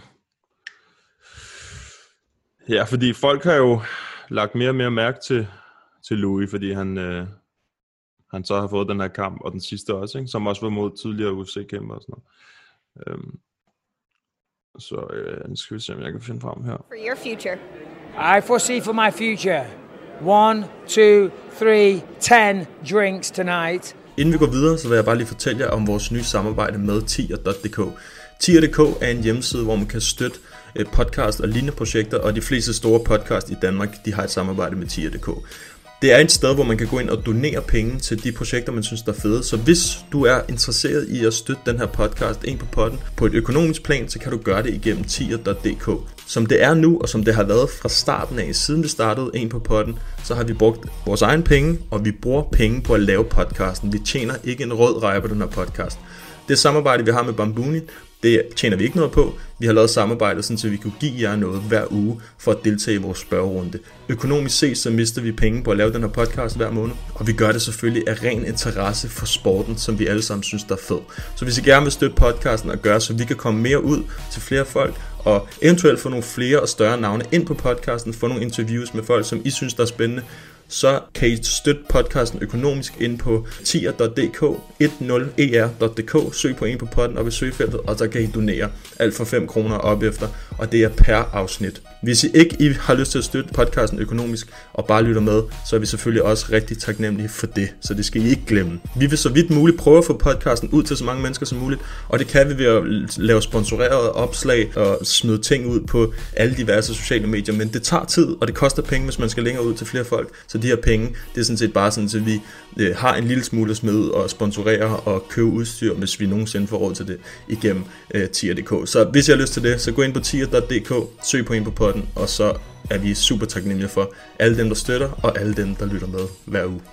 Speaker 8: Ja, fordi folk har jo lagt mere og mere mærke til, til Louis, fordi han, øh, han så har fået den her kamp, og den sidste også, ikke? Som også var mod tidligere U F C-kæmper og sådan noget. Øhm, så øh, nu skal vi se, om jeg kan finde frem her.
Speaker 10: For your future.
Speaker 11: I foresee for my future. One, two, three, ten drinks tonight.
Speaker 9: Inden vi går videre, så vil jeg bare lige fortælle jer om vores nye samarbejde med tier punktum d k. tier punktum d k er en hjemmeside, hvor man kan støtte podcast og lignende projekter, og de fleste store podcast i Danmark, de har et samarbejde med tier punktum d k. Det er et sted, hvor man kan gå ind og donere penge til de projekter, man synes, der er fede. Så hvis du er interesseret i at støtte den her podcast, En på Podden, på et økonomisk plan, så kan du gøre det igennem tier punktum d k. Som det er nu, og som det har været fra starten af, siden vi startede En på Podden, så har vi brugt vores egen penge, og vi bruger penge på at lave podcasten. Vi tjener ikke en rød reje på den her podcast. Det samarbejde, vi har med Bambuni, det tjener vi ikke noget på. Vi har lavet samarbejde, sådan, så vi kunne give jer noget hver uge for at deltage i vores spørgerunde. Økonomisk set, så mister vi penge på at lave den her podcast hver måned. Og vi gør det selvfølgelig af ren interesse for sporten, som vi alle sammen synes, der er fed. Så hvis I gerne vil støtte podcasten og gøre, så vi kan komme mere ud til flere folk, og eventuelt få nogle flere og større navne ind på podcasten, få nogle interviews med folk, som I synes, der er spændende, så kan I støtte podcasten økonomisk ind på tier punktum d k, ti er punktum d k, søg på En på Podden op i søgefeltet, og så kan I donere alt for fem kroner op efter, og det er per afsnit. Hvis I ikke I har lyst til at støtte podcasten økonomisk og bare lytter med, så er vi selvfølgelig også rigtig taknemmelige for det, så det skal I ikke glemme. Vi vil så vidt muligt prøve at få podcasten ud til så mange mennesker som muligt, og det kan vi ved at lave sponsorerede opslag og smide ting ud på alle diverse sociale medier, men det tager tid, og det koster penge, hvis man skal længere ud til flere folk, så de her penge, det er sådan set bare sådan, at vi øh, har en lille smule at smide og sponsorere og købe udstyr, hvis vi nogensinde får råd til det igennem øh, tier punktum d k. Så hvis I har lyst til det, så gå ind på tier punktum d k, søg på En på Podden, og så er vi super taknemmelige for alle dem, der støtter, og alle dem, der lytter med hver uge.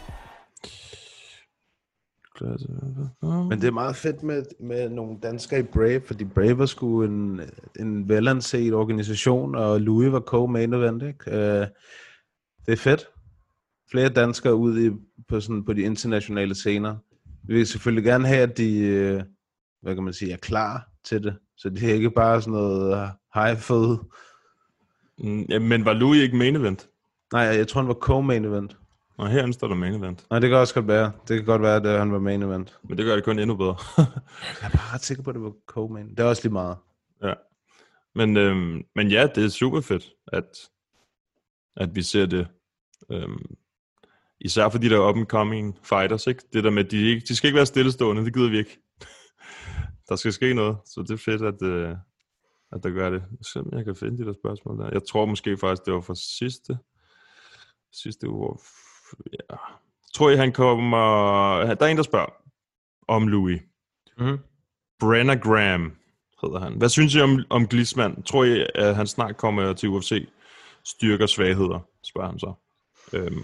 Speaker 7: Men det er meget fedt med, med nogle danskere i Brave, fordi Brave var sgu en, en velanset organisation, og Louis var co-main event, ikke? Uh, det er fedt. Flere danskere ud i, på, sådan, på de internationale scener. Vi vil selvfølgelig gerne have, at de hvad kan man sige, er klar til det. Så det er ikke bare sådan noget high fed.
Speaker 8: Mm, ja, men var Louis ikke main event?
Speaker 7: Nej, jeg tror han var co-main event.
Speaker 8: Og herinde står der main event.
Speaker 7: Nej, det kan også godt være. Det kan godt være, at han var main event.
Speaker 8: Men det gør det kun endnu bedre.
Speaker 7: Jeg er bare ret sikker på, at det var co-main. Det er også lige meget.
Speaker 8: Ja. Men, øhm, men ja, det er super fedt, at, at vi ser det. Øhm, især for de der up-and-coming fighters, ikke? Det der med, de, ikke, de skal ikke være stillestående, det gider vi ikke. Der skal ske noget, så det er fedt, at, øh, at der gør det. Så jeg kan finde de der spørgsmål der. Jeg tror måske faktisk, det var fra sidste, sidste uge. Ja. Tror I, han kommer... Der er en, der spørger om Louis.
Speaker 7: Mm-hmm.
Speaker 8: Brenner Graham hedder han. Hvad synes I om, om Glidsmann? Tror I, at han snart kommer til U F C? Styrker svagheder, spørger han så. Øhm.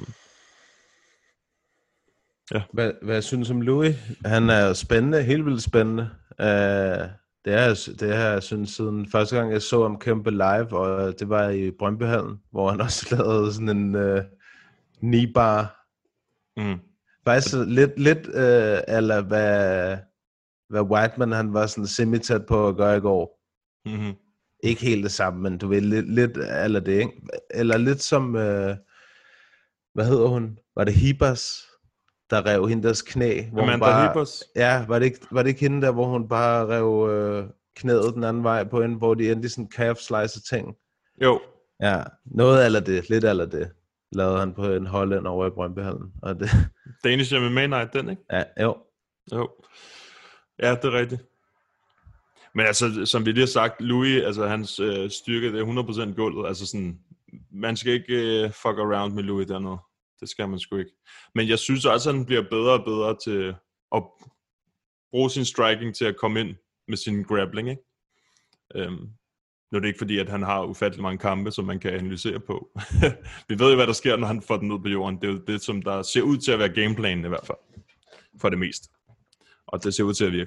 Speaker 8: Ja.
Speaker 7: Hvad, hvad jeg synes om Louis? Han er spændende, helt vildt spændende. Uh, det er det har jeg synes siden første gang jeg så ham kæmpe live, og det var i Brøndbyhallen, hvor han også lavede sådan en uh, ni-bar.
Speaker 8: Mm.
Speaker 7: Faktisk lidt, lidt uh, eller hvad, hvad Whiteman han var sådan semi-tæt på at gøre i går.
Speaker 8: Mm-hmm.
Speaker 7: Ikke helt det samme, men du ved, lidt, lidt eller det, ikke? Eller lidt som, uh, hvad hedder hun? Var det Hibas, der rev hende deres knæ? Hvor
Speaker 8: Amanda
Speaker 7: hun bare,
Speaker 8: Hibas?
Speaker 7: Ja, var det, ikke, var det ikke hende der, hvor hun bare rev øh, knæet den anden vej på hende, hvor de endte i sådan en calf slicer ting?
Speaker 8: Jo.
Speaker 7: Ja, noget eller det, lidt eller det, lavede han på en Holland over i Brøndbyhallen. Og det...
Speaker 8: Danish M M A Night, den, ikke?
Speaker 7: Ja, jo.
Speaker 8: Jo. Ja, det er rigtigt. Men altså, som vi lige har sagt, Louis, altså hans øh, styrke, det er hundrede procent gulvet. Altså sådan, man skal ikke øh, fuck around med Louis dernede. Det skal man sgu ikke. Men jeg synes også, at han bliver bedre og bedre til at bruge sin striking til at komme ind med sin grappling, ikke? Øhm, nu er det ikke fordi, at han har ufattelig mange kampe, som man kan analysere på. Vi ved jo, hvad der sker, når han får den ud på jorden. Det er jo det, som der ser ud til at være gameplanen i hvert fald. For det meste. Og det ser ud til at virke.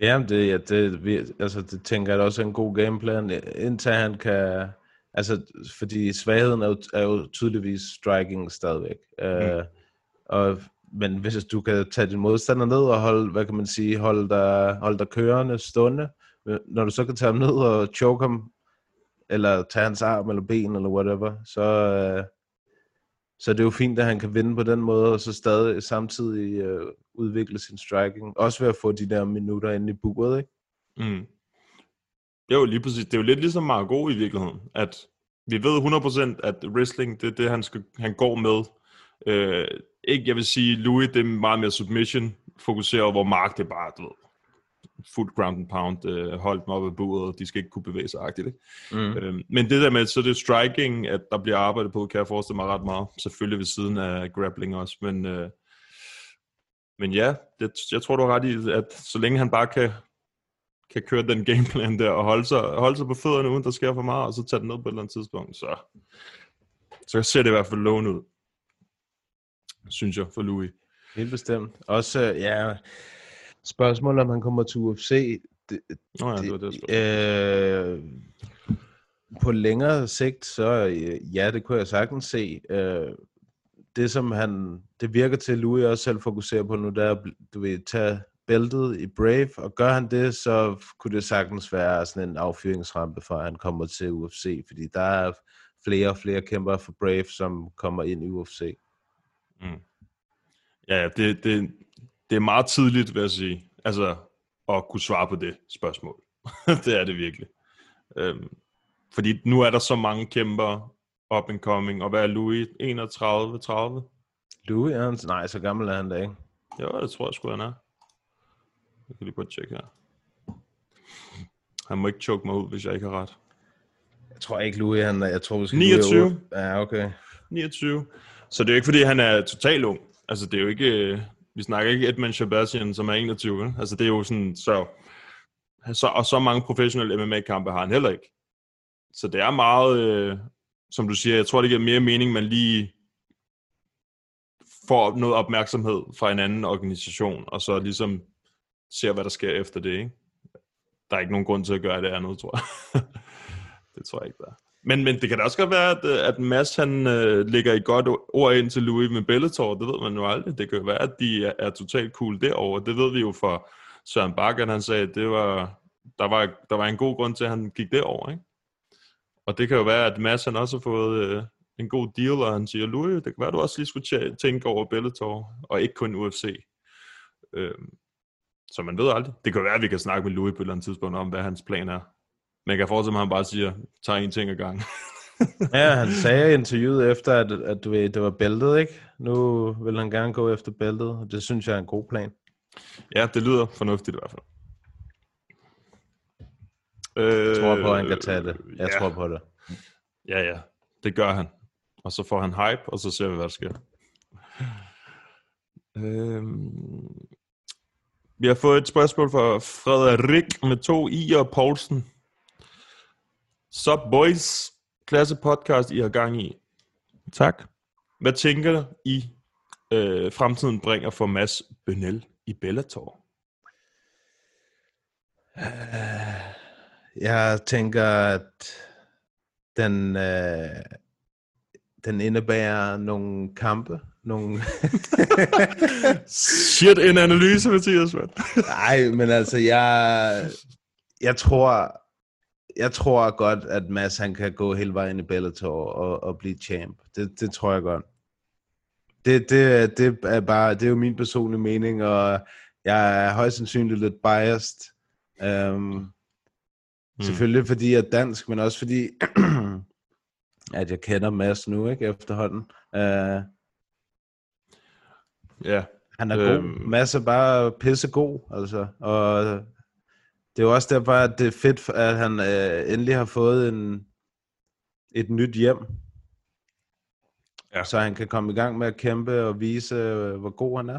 Speaker 7: Jamen, det, ja, det, vi, altså, det tænker jeg da også er en god gameplan, indtil han kan... Altså, fordi svagheden er jo, er jo tydeligvis striking stadigvæk. Mm. Uh, og, men hvis du kan tage din modstander ned og holde, hvad kan man sige, holde dig, holde dig kørende, stående, når du så kan tage ham ned og choke ham, eller tage hans arm eller ben eller whatever, så, uh, så det er jo fint, at han kan vinde på den måde, og så stadig samtidig uh, udvikle sin striking. Også ved at få de der minutter inde i buret, ikke?
Speaker 8: Mm. Det er jo lige præcis, det er jo lidt ligesom Margot i virkeligheden, at vi ved hundrede procent, at wrestling, det er det, han, skal, han går med. Øh, ikke, jeg vil sige, Louis, det er meget mere submission fokuseret, hvor Mark, det er bare, du ved, fuld ground and pound, øh, holdt dem op af buret, de skal ikke kunne bevæge sig agtigt, ikke? Mm. Øh, men det der med, så det er striking, at der bliver arbejdet på, kan jeg forestille mig ret meget, selvfølgelig ved siden af grappling også, men, øh, men ja, det, jeg tror, du har ret i, at så længe han bare kan kan køre den gameplan der, og holde sig, holde sig på fødderne, uden der sker for meget, og så tage den ned på et eller andet tidspunkt, så, så ser det i hvert fald lovende ud, synes jeg, for Louis.
Speaker 7: Helt bestemt. Også, ja, spørgsmålet, om han kommer til U F C, det,
Speaker 8: Nå ja, det var det
Speaker 7: øh, på længere sigt, så ja, det kunne jeg sagtens se. Øh, det, som han, det virker til, Louis også selv fokuserer på nu, der er, du ved, tage bæltet i Brave, og gør han det, så kunne det sagtens være sådan en affyringsrampe, for at han kommer til U F C, fordi der er flere og flere kæmpere for Brave, som kommer ind i U F C.
Speaker 8: Mm. Ja, det, det, det er meget tidligt, vil jeg sige, altså at kunne svare på det spørgsmål. Det er det virkelig. Øhm, fordi nu er der så mange kæmpere up and coming, og hvad er Louis? enogtredive tredive?
Speaker 7: Louis er han? Nej, så gammel er han da ikke.
Speaker 8: Jo, det tror jeg sgu, han er. Jeg kan lige prøve at tjekke her. Han må ikke choke mig ud, hvis jeg ikke har ret.
Speaker 7: Jeg tror ikke, Louis han er. Jeg tror, vi skal
Speaker 8: niogtyve.
Speaker 7: Ja, okay.
Speaker 8: niogtyve. Så det er jo ikke, fordi han er totalt ung. Altså, det er jo ikke... Vi snakker ikke Edmund Shabazian, som er enogtyve. Altså, det er jo sådan... Så, så, og så mange professionelle M M A-kampe har han heller ikke. Så det er meget... Øh, som du siger, jeg tror, det giver mere mening, man lige får noget opmærksomhed fra en anden organisation, og så ligesom ser, hvad der sker efter det, ikke? Der er ikke nogen grund til at gøre det andet, tror jeg. Det tror jeg ikke, der er. Men, men det kan da også godt være, at, at Mads, han øh, lægger et godt ord ind til Louis med Bellator. Det ved man jo aldrig. Det kan jo være, at de er, er totalt cool derovre. Det ved vi jo fra Søren Bakken, han sagde, at det var, der, var, der var en god grund til, at han gik derover, ikke? Og det kan jo være, at Mads, han også har fået øh, en god deal, og han siger, Louis, det kan være, at du også lige skulle tænke over Bellator, og ikke kun U F C. Øh, Så man ved aldrig. Det kan være, at vi kan snakke med Louis på et eller andet tidspunkt om, hvad hans plan er. Men jeg kan forestille mig, at han bare siger, tag en ting ad gang.
Speaker 7: Ja, han sagde i interviewet efter, at, at du ved, det var bæltet, ikke? Nu vil han gerne gå efter bæltet, og det synes jeg er en god plan.
Speaker 8: Ja, det lyder fornuftigt i hvert fald.
Speaker 7: Jeg tror på, at han kan tage det. Jeg
Speaker 8: ja.
Speaker 7: tror på det.
Speaker 8: Ja, ja. Det gør han. Og så får han hype, og så ser vi, hvad der sker. Øhm... Vi har fået et spørgsmål fra Frederik med to i og Poulsen. Sup boys, klasse podcast I har gang i. Tak. Hvad tænker I øh, fremtiden bringer for Mads Bønnel i Bellator?
Speaker 7: Jeg tænker, at den, øh, den indebærer nogle kampe. Nogle
Speaker 8: Shit, en analyse, Mathias.
Speaker 7: Nej, men altså, jeg, jeg tror, jeg tror godt, at Mads han kan gå hele vejen i Bellator og, og blive champ. Det, det tror jeg godt. Det, det, det er bare, det er jo min personlige mening, og jeg er højst sandsynligt lidt biased. Um, mm. Selvfølgelig fordi jeg er dansk, men også fordi, at jeg kender Mads nu, ikke, efterhånden. Uh,
Speaker 8: Ja.
Speaker 7: Han er god. Øhm. Mads er bare pissegod, altså. Og det er jo også derfor, at det er fedt, at han øh, endelig har fået en, et nyt hjem. Ja. Så han kan komme i gang med at kæmpe og vise, øh, hvor god han er.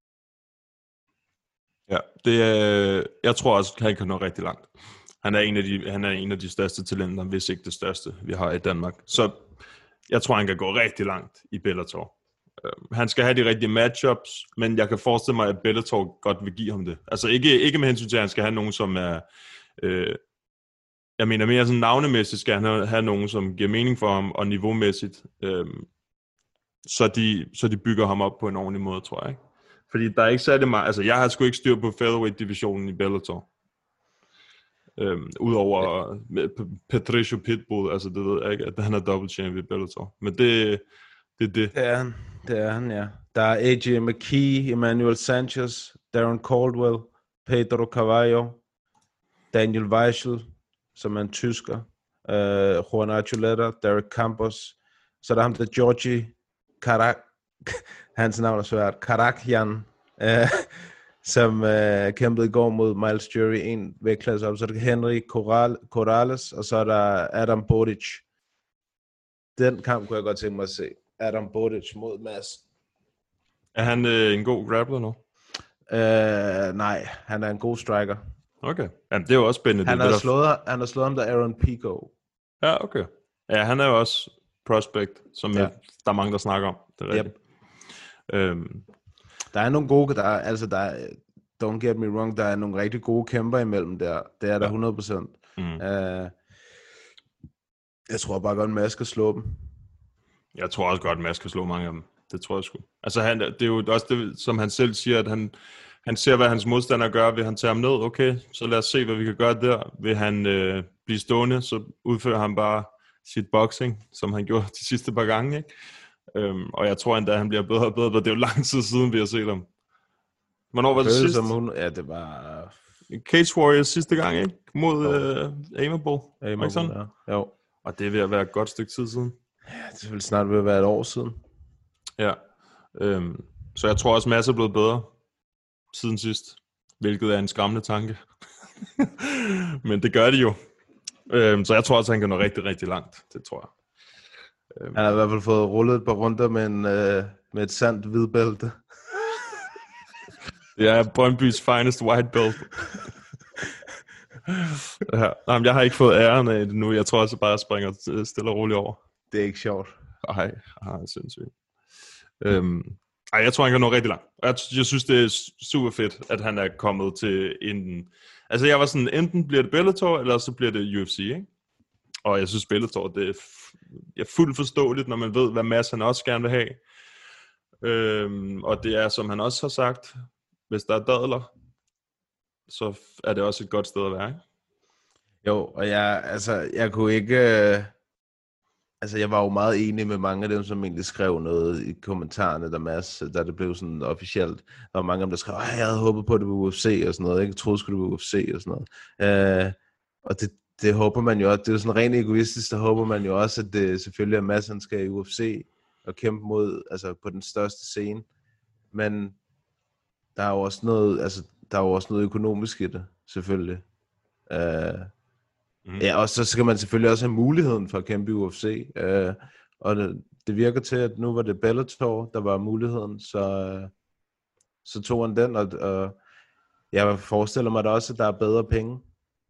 Speaker 8: Ja, det er, jeg tror også, at han kan nå rigtig langt. Han er en af de, han er en af de største talenter, hvis ikke det største, vi har i Danmark. Så jeg tror, han kan gå rigtig langt i Bellator. Uh, han skal have de rigtige matchups, men jeg kan forestille mig, at Bellator godt vil give ham det. Altså ikke, ikke med hensyn til, at han skal have nogen, som er... Uh, jeg mener mere sådan navnemæssigt skal han have, have nogen, som giver mening for ham, og niveaumæssigt. Uh, så, de, så de bygger ham op på en ordentlig måde, tror jeg. Ikke? Fordi der er ikke særlig meget... Altså jeg har sgu ikke styr på featherweight-divisionen i Bellator. Øhm, Udover ja. Patricio Pitbull, altså det ved jeg ikke, at han er double champ i Bellator. Men det, det er det.
Speaker 7: Det er han, det er han, ja. Der er A J McKee, Emmanuel Sanchez, Darren Caldwell, Pedro Carvalho, Daniel Weichel, som er en tysker, uh, Juan Archuleta, Derek Campos, så er der ham der Georgi Karak, hans navn er svært, Karakyan, uh, som uh, kæmpede i går mod Miles Jury, en vægtklasse op. Så er der Henry Corral, Corrales, og så er der Adam Boric. Den kamp kunne jeg godt tænke mig at se. Adam Boric mod Mads.
Speaker 8: Er han øh, en god grappler nu?
Speaker 7: Uh, nej, han er en god striker.
Speaker 8: Okay, jamen, det er jo også spændende.
Speaker 7: Han,
Speaker 8: det,
Speaker 7: har,
Speaker 8: der...
Speaker 7: slået, han har slået ham der Aaron Pico.
Speaker 8: Ja, okay. Ja, han er jo også prospect, som ja. er, der er mange, der snakker om. Det er rigtigt. Yep. Øhm...
Speaker 7: Der er nogle gode, der er, altså der er, don't get me wrong, der er nogle rigtig gode kæmper imellem der. Det er der hundrede procent. Mm. Uh, jeg tror bare godt, at Mads skal slå dem.
Speaker 8: Jeg tror også godt, at Mads skal slå mange af dem. Det tror jeg sgu. Altså han, det er jo også det, som han selv siger, at han, han ser, hvad hans modstander gør. Vil han tage ham ned? Okay, så lad os se, hvad vi kan gøre der. Vil han øh, blive stående, så udfører han bare sit boxing, som han gjorde de sidste par gange, ikke? Øhm, og jeg tror endda, at han bliver bedre og bedre. Det er jo lang tid siden, vi har set ham. Hvornår var det, det sidste? Som hun,
Speaker 7: ja, det var...
Speaker 8: Cage Warriors sidste gang, ikke? Mod uh, Amable.
Speaker 7: Amable, ja. Jo.
Speaker 8: Og det er ved at være et godt stykke tid siden.
Speaker 7: Ja, det er vel snart ved at være et år siden.
Speaker 8: Ja. Øhm, så jeg tror også, Mads er blevet bedre siden sidst. Hvilket er en skræmmende tanke. Men det gør det jo. Øhm, så jeg tror også, han kan nå rigtig, rigtig langt. Det tror jeg.
Speaker 7: Han har i hvert fald fået rullet et par runder med, en, øh, med et sandt hvidbælte.
Speaker 8: Det er Brøndbys finest white belt. Ja. Nej, jeg har ikke fået æren af det nu. Jeg tror også, jeg bare springer stille og roligt over.
Speaker 7: Det er ikke sjovt.
Speaker 8: Nej, nej, sindssygt. Øhm, ej, jeg tror, han kan nå rigtig langt. Jeg, jeg synes, det er super fedt, at han er kommet til en... Altså, jeg var sådan, enten bliver det Bellator, eller så bliver det U F C, ikke? Og jeg synes, Bellator, det er, f- er fuldt forståeligt, når man ved, hvad Mads han også gerne vil have. Øhm, og det er, som han også har sagt, hvis der er dadler, så er det også et godt sted at være, ikke?
Speaker 7: Jo, og jeg, altså, jeg kunne ikke... Øh... Altså, jeg var jo meget enig med mange af dem, som egentlig skrev noget i kommentarerne, der Mads, da det blev sådan officielt. Der var mange af dem, der skrev, at jeg havde håbet på, at det var U F C og sådan noget. Jeg troede, det var U F C og sådan noget. Øh, og det, det håber man jo også. Det er jo sådan rent egoistisk, der håber man jo også, at det selvfølgelig er Mads, han skal i U F C og kæmpe mod, altså på den største scene. Men der er jo også noget, altså, der er jo også noget økonomisk i det, selvfølgelig. Øh, Mm. Ja, og så skal man selvfølgelig også have muligheden for at kæmpe i U F C. Øh, og det, det virker til, at nu var det Bellator, der var muligheden, så, så tog han den, og, og jeg forestiller mig da også, at der er bedre penge.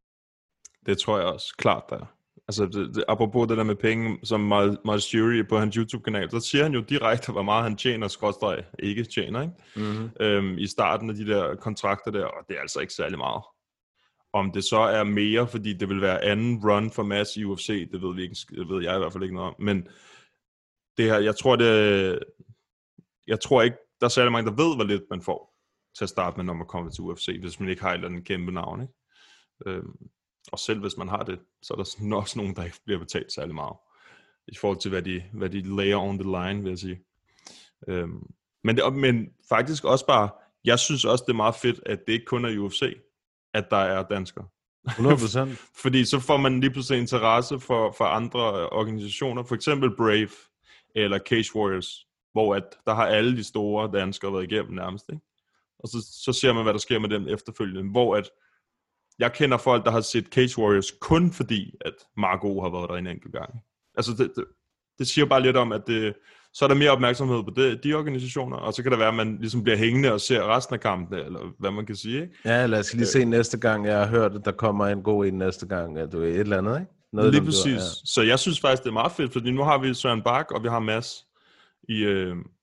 Speaker 8: Det tror jeg også, klart der. Altså, det, det, apropos det der med penge, som Miles Jury på hans YouTube-kanal, så siger han jo direkte, hvor meget han tjener, skråstreg ikke tjener, ikke? Mm-hmm. Øhm, i starten af de der kontrakter der, og det er altså ikke særlig meget. Om det så er mere, fordi det vil være anden run for Mads i U F C, det ved vi ikke, det ved jeg i hvert fald ikke noget om. Men det her, jeg tror det, jeg tror ikke, der er særlig mange, der ved, hvor lidt man får til at starte med, når man kommer til U F C, hvis man ikke har et eller andet kæmpe navn, ikke? Øhm, og selv hvis man har det, så er der også nogen, der ikke bliver betalt særlig meget, i forhold til, hvad de, hvad de layer on the line, vil jeg sige. Øhm, men, det, men faktisk også bare, jeg synes også, det er meget fedt, at det ikke kun er U F C, at der er danskere.
Speaker 7: hundrede procent.
Speaker 8: Fordi så får man lige pludselig interesse for, for andre organisationer, for eksempel Brave eller Cage Warriors, hvor at der har alle de store danskere været igennem nærmest, ikke? Og så, så ser man, hvad der sker med dem efterfølgende, hvor at jeg kender folk, der har set Cage Warriors kun fordi, at Marco har været der en enkelt gang. Altså det, det, det siger bare lidt om, at det, så er der mere opmærksomhed på det, de organisationer, og så kan det være, at man ligesom bliver hængende og ser resten af kampene, eller hvad man kan sige, ikke?
Speaker 7: Ja, lad os lige se næste gang. Jeg har hørt, at der kommer en god en næste gang, at du er et eller andet, ikke?
Speaker 8: Noget lige præcis. Ja. Så jeg synes faktisk, det er meget fedt, fordi nu har vi Søren Bak, og vi har Mads i, øh,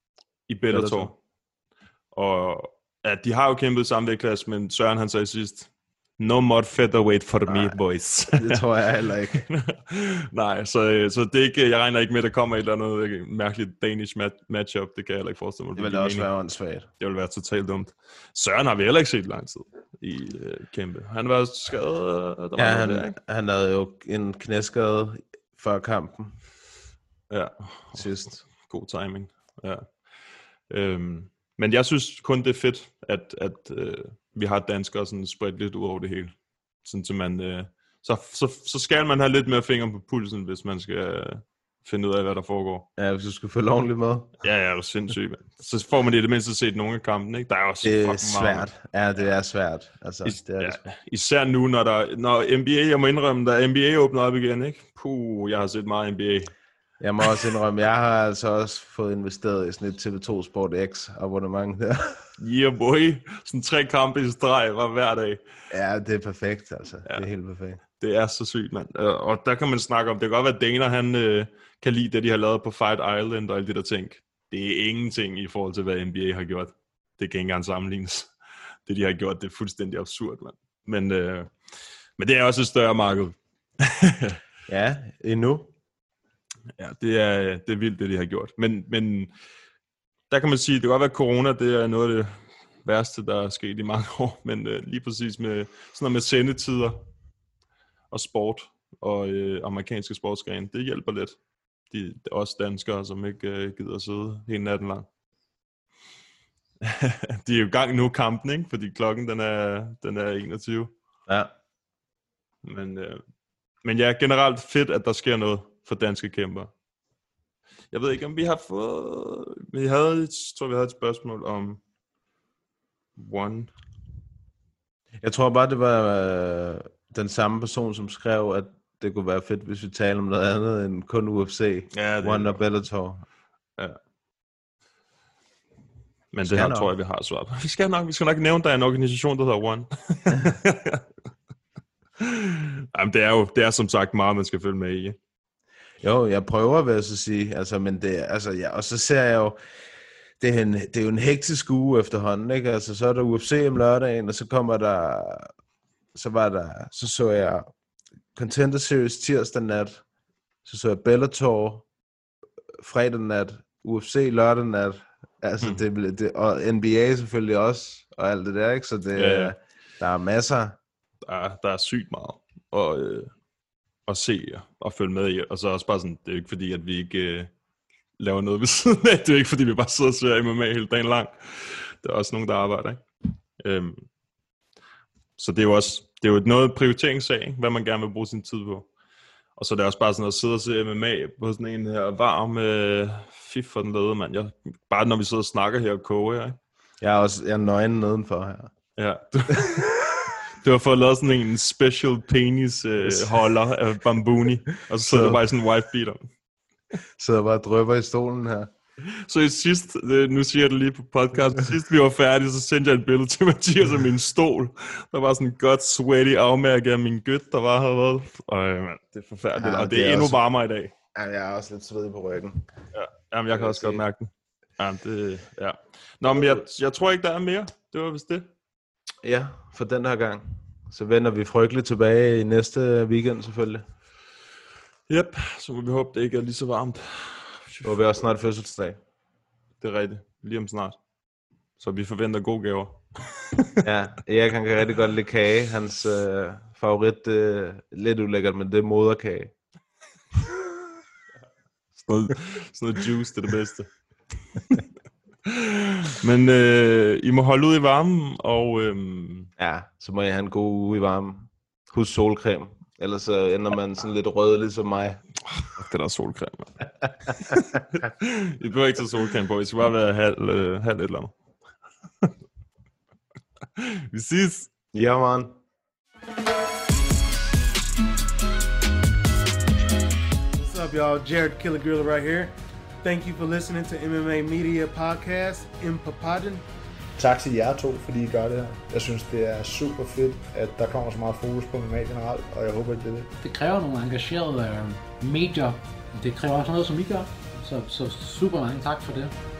Speaker 8: i Bellator. Og ja, de har jo kæmpet samme vægtklasse, men Søren han sagde sidst, no more featherweight for Nej, me, boys.
Speaker 7: Det tror jeg heller ikke.
Speaker 8: Nej, så, så det er ikke, jeg regner ikke med, at der kommer et eller andet mærkeligt Danish matchup. Det kan jeg heller ikke forestille mig.
Speaker 7: Det vil det også være åndssvagt.
Speaker 8: Det vil være totalt dumt. Søren har vi heller ikke set lang tid i uh, kæmpe. Han var skadet. Der
Speaker 7: ja,
Speaker 8: var
Speaker 7: han,
Speaker 8: der,
Speaker 7: han havde jo en knæskade før kampen.
Speaker 8: Ja.
Speaker 7: Sidst.
Speaker 8: God timing. Ja. Øhm, men jeg synes kun, det er fedt, at, at øh, vi har danskere sådan spredt lidt ud over det hele. Sådan, så, man, øh, så, så, så skal man have lidt mere fingre på pulsen, hvis man skal øh, finde ud af, hvad der foregår.
Speaker 7: Ja, hvis du skal følge ordentligt med.
Speaker 8: Ja, ja, det er sindssygt. Så får man i det mindste set nogle af kampene, ikke? Der er også
Speaker 7: det er svært. Meget. Ja, det er svært. Altså,
Speaker 8: Is,
Speaker 7: det er
Speaker 8: ja,
Speaker 7: det
Speaker 8: især nu, når, der, når N B A, jeg må indrømme, da N B A åbner op igen, ikke? Puh, jeg har set meget N B A.
Speaker 7: Jeg må også indrømme, jeg har altså også fået investeret i sådan et T V to Sport X abonnement der.
Speaker 8: Yeah boy, sådan tre kampe i streg var hver dag.
Speaker 7: Ja, det er perfekt altså,
Speaker 8: ja.
Speaker 7: Det er helt perfekt.
Speaker 8: Det er så sygt, mand. Og der kan man snakke om, det kan godt være, at Dana, han øh, kan lide det, de har lavet på Fight Island og alle de der ting. Det er ingenting i forhold til, hvad N B A har gjort. Det kan ikke engang sammenlignes. Det, de har gjort, det er fuldstændig absurd, mand. Men, øh, men det er også et større marked.
Speaker 7: Ja, endnu.
Speaker 8: Ja, det er, det er vildt, det de har gjort. Men, men der kan man sige, det kan godt være, at corona det er noget af det værste, der er sket i mange år. Men øh, lige præcis med sådan noget med sendetider og sport og øh, amerikanske sportsgrene, det hjælper lidt. De, det er også danskere, som ikke øh, gider at sidde hele natten lang. De er jo i gang nu kampen, ikke? Fordi klokken den er, den er enogtyve.
Speaker 7: Ja.
Speaker 8: Men, øh, men ja, generelt fedt, at der sker noget for danske kæmper. Jeg ved ikke, om vi har fået... Vi havde, jeg tror, vi havde et spørgsmål om One.
Speaker 7: Jeg tror bare, det var øh, den samme person, som skrev, at det kunne være fedt, hvis vi taler om noget andet end kun U F C.
Speaker 8: Ja, det
Speaker 7: One og Bellator.
Speaker 8: Ja. Men det her nok. Tror jeg, vi har svaret. Vi skal nok, vi skal nok nævne, der er en organisation, der hedder One. Jamen, det er jo det er som sagt meget, man skal følge med i.
Speaker 7: Jo, jeg prøver, vil jeg så sige. Altså, men det, altså, ja, og så ser jeg jo, det er, en, det er jo en hektisk uge efterhånden, ikke? Altså, så er der U F C om lørdagen, og så kommer der, så var der, så så jeg Contender Series tirsdag nat, så så jeg Bellator fredag nat, U F C lørdag nat, altså, mm. det, det, og N B A selvfølgelig også, og alt det der, ikke? Så det, ja, ja. Der er masser.
Speaker 8: Der er, der er sygt meget. Og... Øh... at se og følge med i, og så også bare sådan, det er jo ikke fordi, at vi ikke øh, laver noget ved siden af, det er jo ikke fordi, vi bare sidder og ser M M A hele dagen lang. Der er også nogen, der arbejder, ikke? Øhm, så det er jo også, det er jo noget prioriteringssag, hvad man gerne vil bruge sin tid på. Og så er det også bare sådan at sidde og se M M A på sådan en her varm, øh, fif for den lede, mand. Jeg, bare når vi sidder og snakker her og koger, ikke?
Speaker 7: Jeg er også jeg er nøgen nedenfor her.
Speaker 8: Ja, du... Du har fået lavet sådan en special penis øh, holder af bambuni, og så sidder du bare i sådan en wife beater.
Speaker 7: Sidder bare og drøber i stolen her.
Speaker 8: Så i sidst, nu siger jeg det lige på podcast, sidst vi var færdige, så sendte jeg et billede til Mathias af min stol. Der var sådan en godt sweaty afmærke af min gødt, der bare havde været. Og øh, man, det er forfærdeligt, ja, og det, det er, er endnu også... varmere i dag.
Speaker 7: Ja, jeg er også lidt svedig på ryggen.
Speaker 8: Ja, jamen, jeg kan også godt mærke den. Ja, det, ja. Nå, men jeg, jeg tror ikke, der er mere. Det var vist det.
Speaker 7: Ja, for den her gang. Så vender vi frygteligt tilbage i næste weekend selvfølgelig.
Speaker 8: Yep, så må vi håbe, det ikke er lige så varmt.
Speaker 7: Og vi har også snart fødselsdag.
Speaker 8: Det er rigtigt, lige om snart. Så vi forventer gode gaver.
Speaker 7: Ja, jeg kan rigtig godt lide kage. Hans øh, favorit, øh, lidt ulækkert, men det er moderkage.
Speaker 8: sådan, noget, sådan noget juice, det er det bedste. Men øh, I må holde ud i varmen, og... Øhm...
Speaker 7: Ja, så må I have en god uge i varmen. Husk solcreme, ellers så ender man sådan lidt rød, ligesom mig.
Speaker 8: Det der er solcreme. I behøver ikke tage solcreme på, I skal bare være halv, øh, halv et eller andet. Vi ses!
Speaker 7: Ja, man.
Speaker 10: What's up, y'all? Jared Killer Gorilla right here. Thank you for listening to M M A Media Podcast, M P A Podden.
Speaker 12: Tak til jer to, fordi I gør det her. Jeg synes, det er super fedt, at der kommer så meget fokus på M M A generelt, og jeg håber, at det er det.
Speaker 13: Det kræver nogle engagerede medier. Det kræver også noget, som I gør. Så, så super mange tak for det.